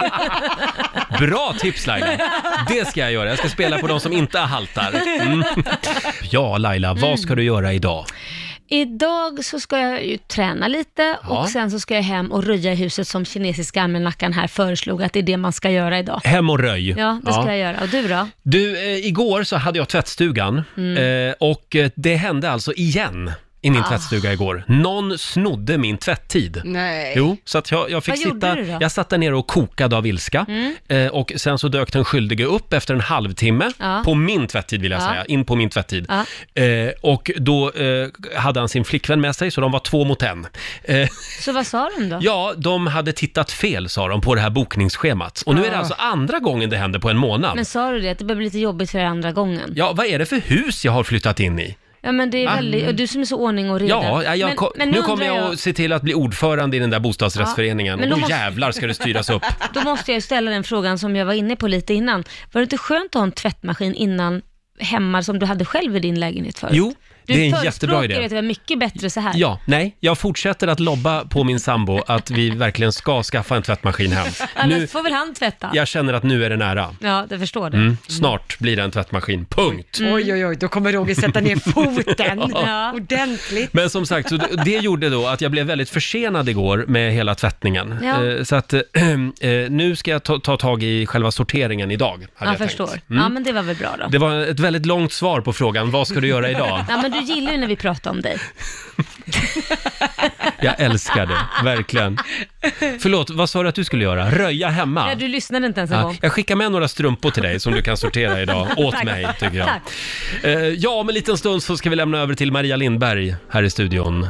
Speaker 1: Bra tips Laila. Det ska jag göra. Jag ska spela på de som inte haltar. Ja Laila, vad ska du göra idag?
Speaker 2: Idag så ska jag ju träna lite och sen så ska jag hem och röja i huset som kinesiska almanackan här föreslog att det är det man ska göra idag.
Speaker 1: Hem och röj.
Speaker 2: Ja, det ska jag göra. Och du då?
Speaker 1: Du, igår så hade jag tvättstugan och det hände alltså igen i min tvättstuga igår. Någon snodde min tvätttid.
Speaker 3: Nej.
Speaker 1: Jo, så att jag fick jag satt där nere och kokade av ilska. Och sen så dök den skyldige upp efter en halvtimme på min tvättid vill jag säga, in på min tvättid. Och då hade han sin flickvän med sig, så de var 2 mot 1.
Speaker 2: Så vad sa de då?
Speaker 1: Ja, de hade tittat fel, sa de, på det här bokningsschemat. Och nu är det alltså andra gången det händer på en månad.
Speaker 2: Men sa du det, att det blir lite jobbigt för andra gången?
Speaker 1: Ja, vad är det för hus jag har flyttat in i?
Speaker 2: Ja, men det är väldigt, och du som är så ordning och reda.
Speaker 1: Ja, nu kommer jag att se till att bli ordförande i den där bostadsrättsföreningen. Och då jävlar ska det styras upp.
Speaker 2: Då måste jag ställa den frågan som jag var inne på lite innan. Var det inte skönt att ha en tvättmaskin innan hemma som du hade själv i din lägenhet förut?
Speaker 1: Jo, det är en jättebra idé.
Speaker 2: Du det var mycket bättre så här.
Speaker 1: Ja, nej, jag fortsätter att lobba på min sambo att vi verkligen ska skaffa en tvättmaskin hem.
Speaker 2: Annars får väl han tvätta.
Speaker 1: Jag känner att nu är det nära.
Speaker 2: Ja, det förstår det.
Speaker 1: Snart blir det en tvättmaskin, punkt.
Speaker 3: Oj, då kommer Roger sätta ner foten ordentligt.
Speaker 1: Men som sagt, så det gjorde då att jag blev väldigt försenad igår med hela tvättningen. Så att nu ska jag ta tag i själva sorteringen idag.
Speaker 2: Jag förstår. Ja, men det var väl bra då.
Speaker 1: Det var ett väldigt långt svar på frågan, vad ska du göra idag?
Speaker 2: Ja, men du gillar ju när vi pratar om dig.
Speaker 1: Jag älskar det, verkligen. Förlåt, vad sa du att du skulle göra? Röja hemma?
Speaker 2: Ja, du lyssnade inte ens en gång.
Speaker 1: Jag skickar med några strumpor till dig som du kan sortera idag åt mig, tycker jag. Tack. Ja, om en liten stund så ska vi lämna över till Maria Lindberg här i studion.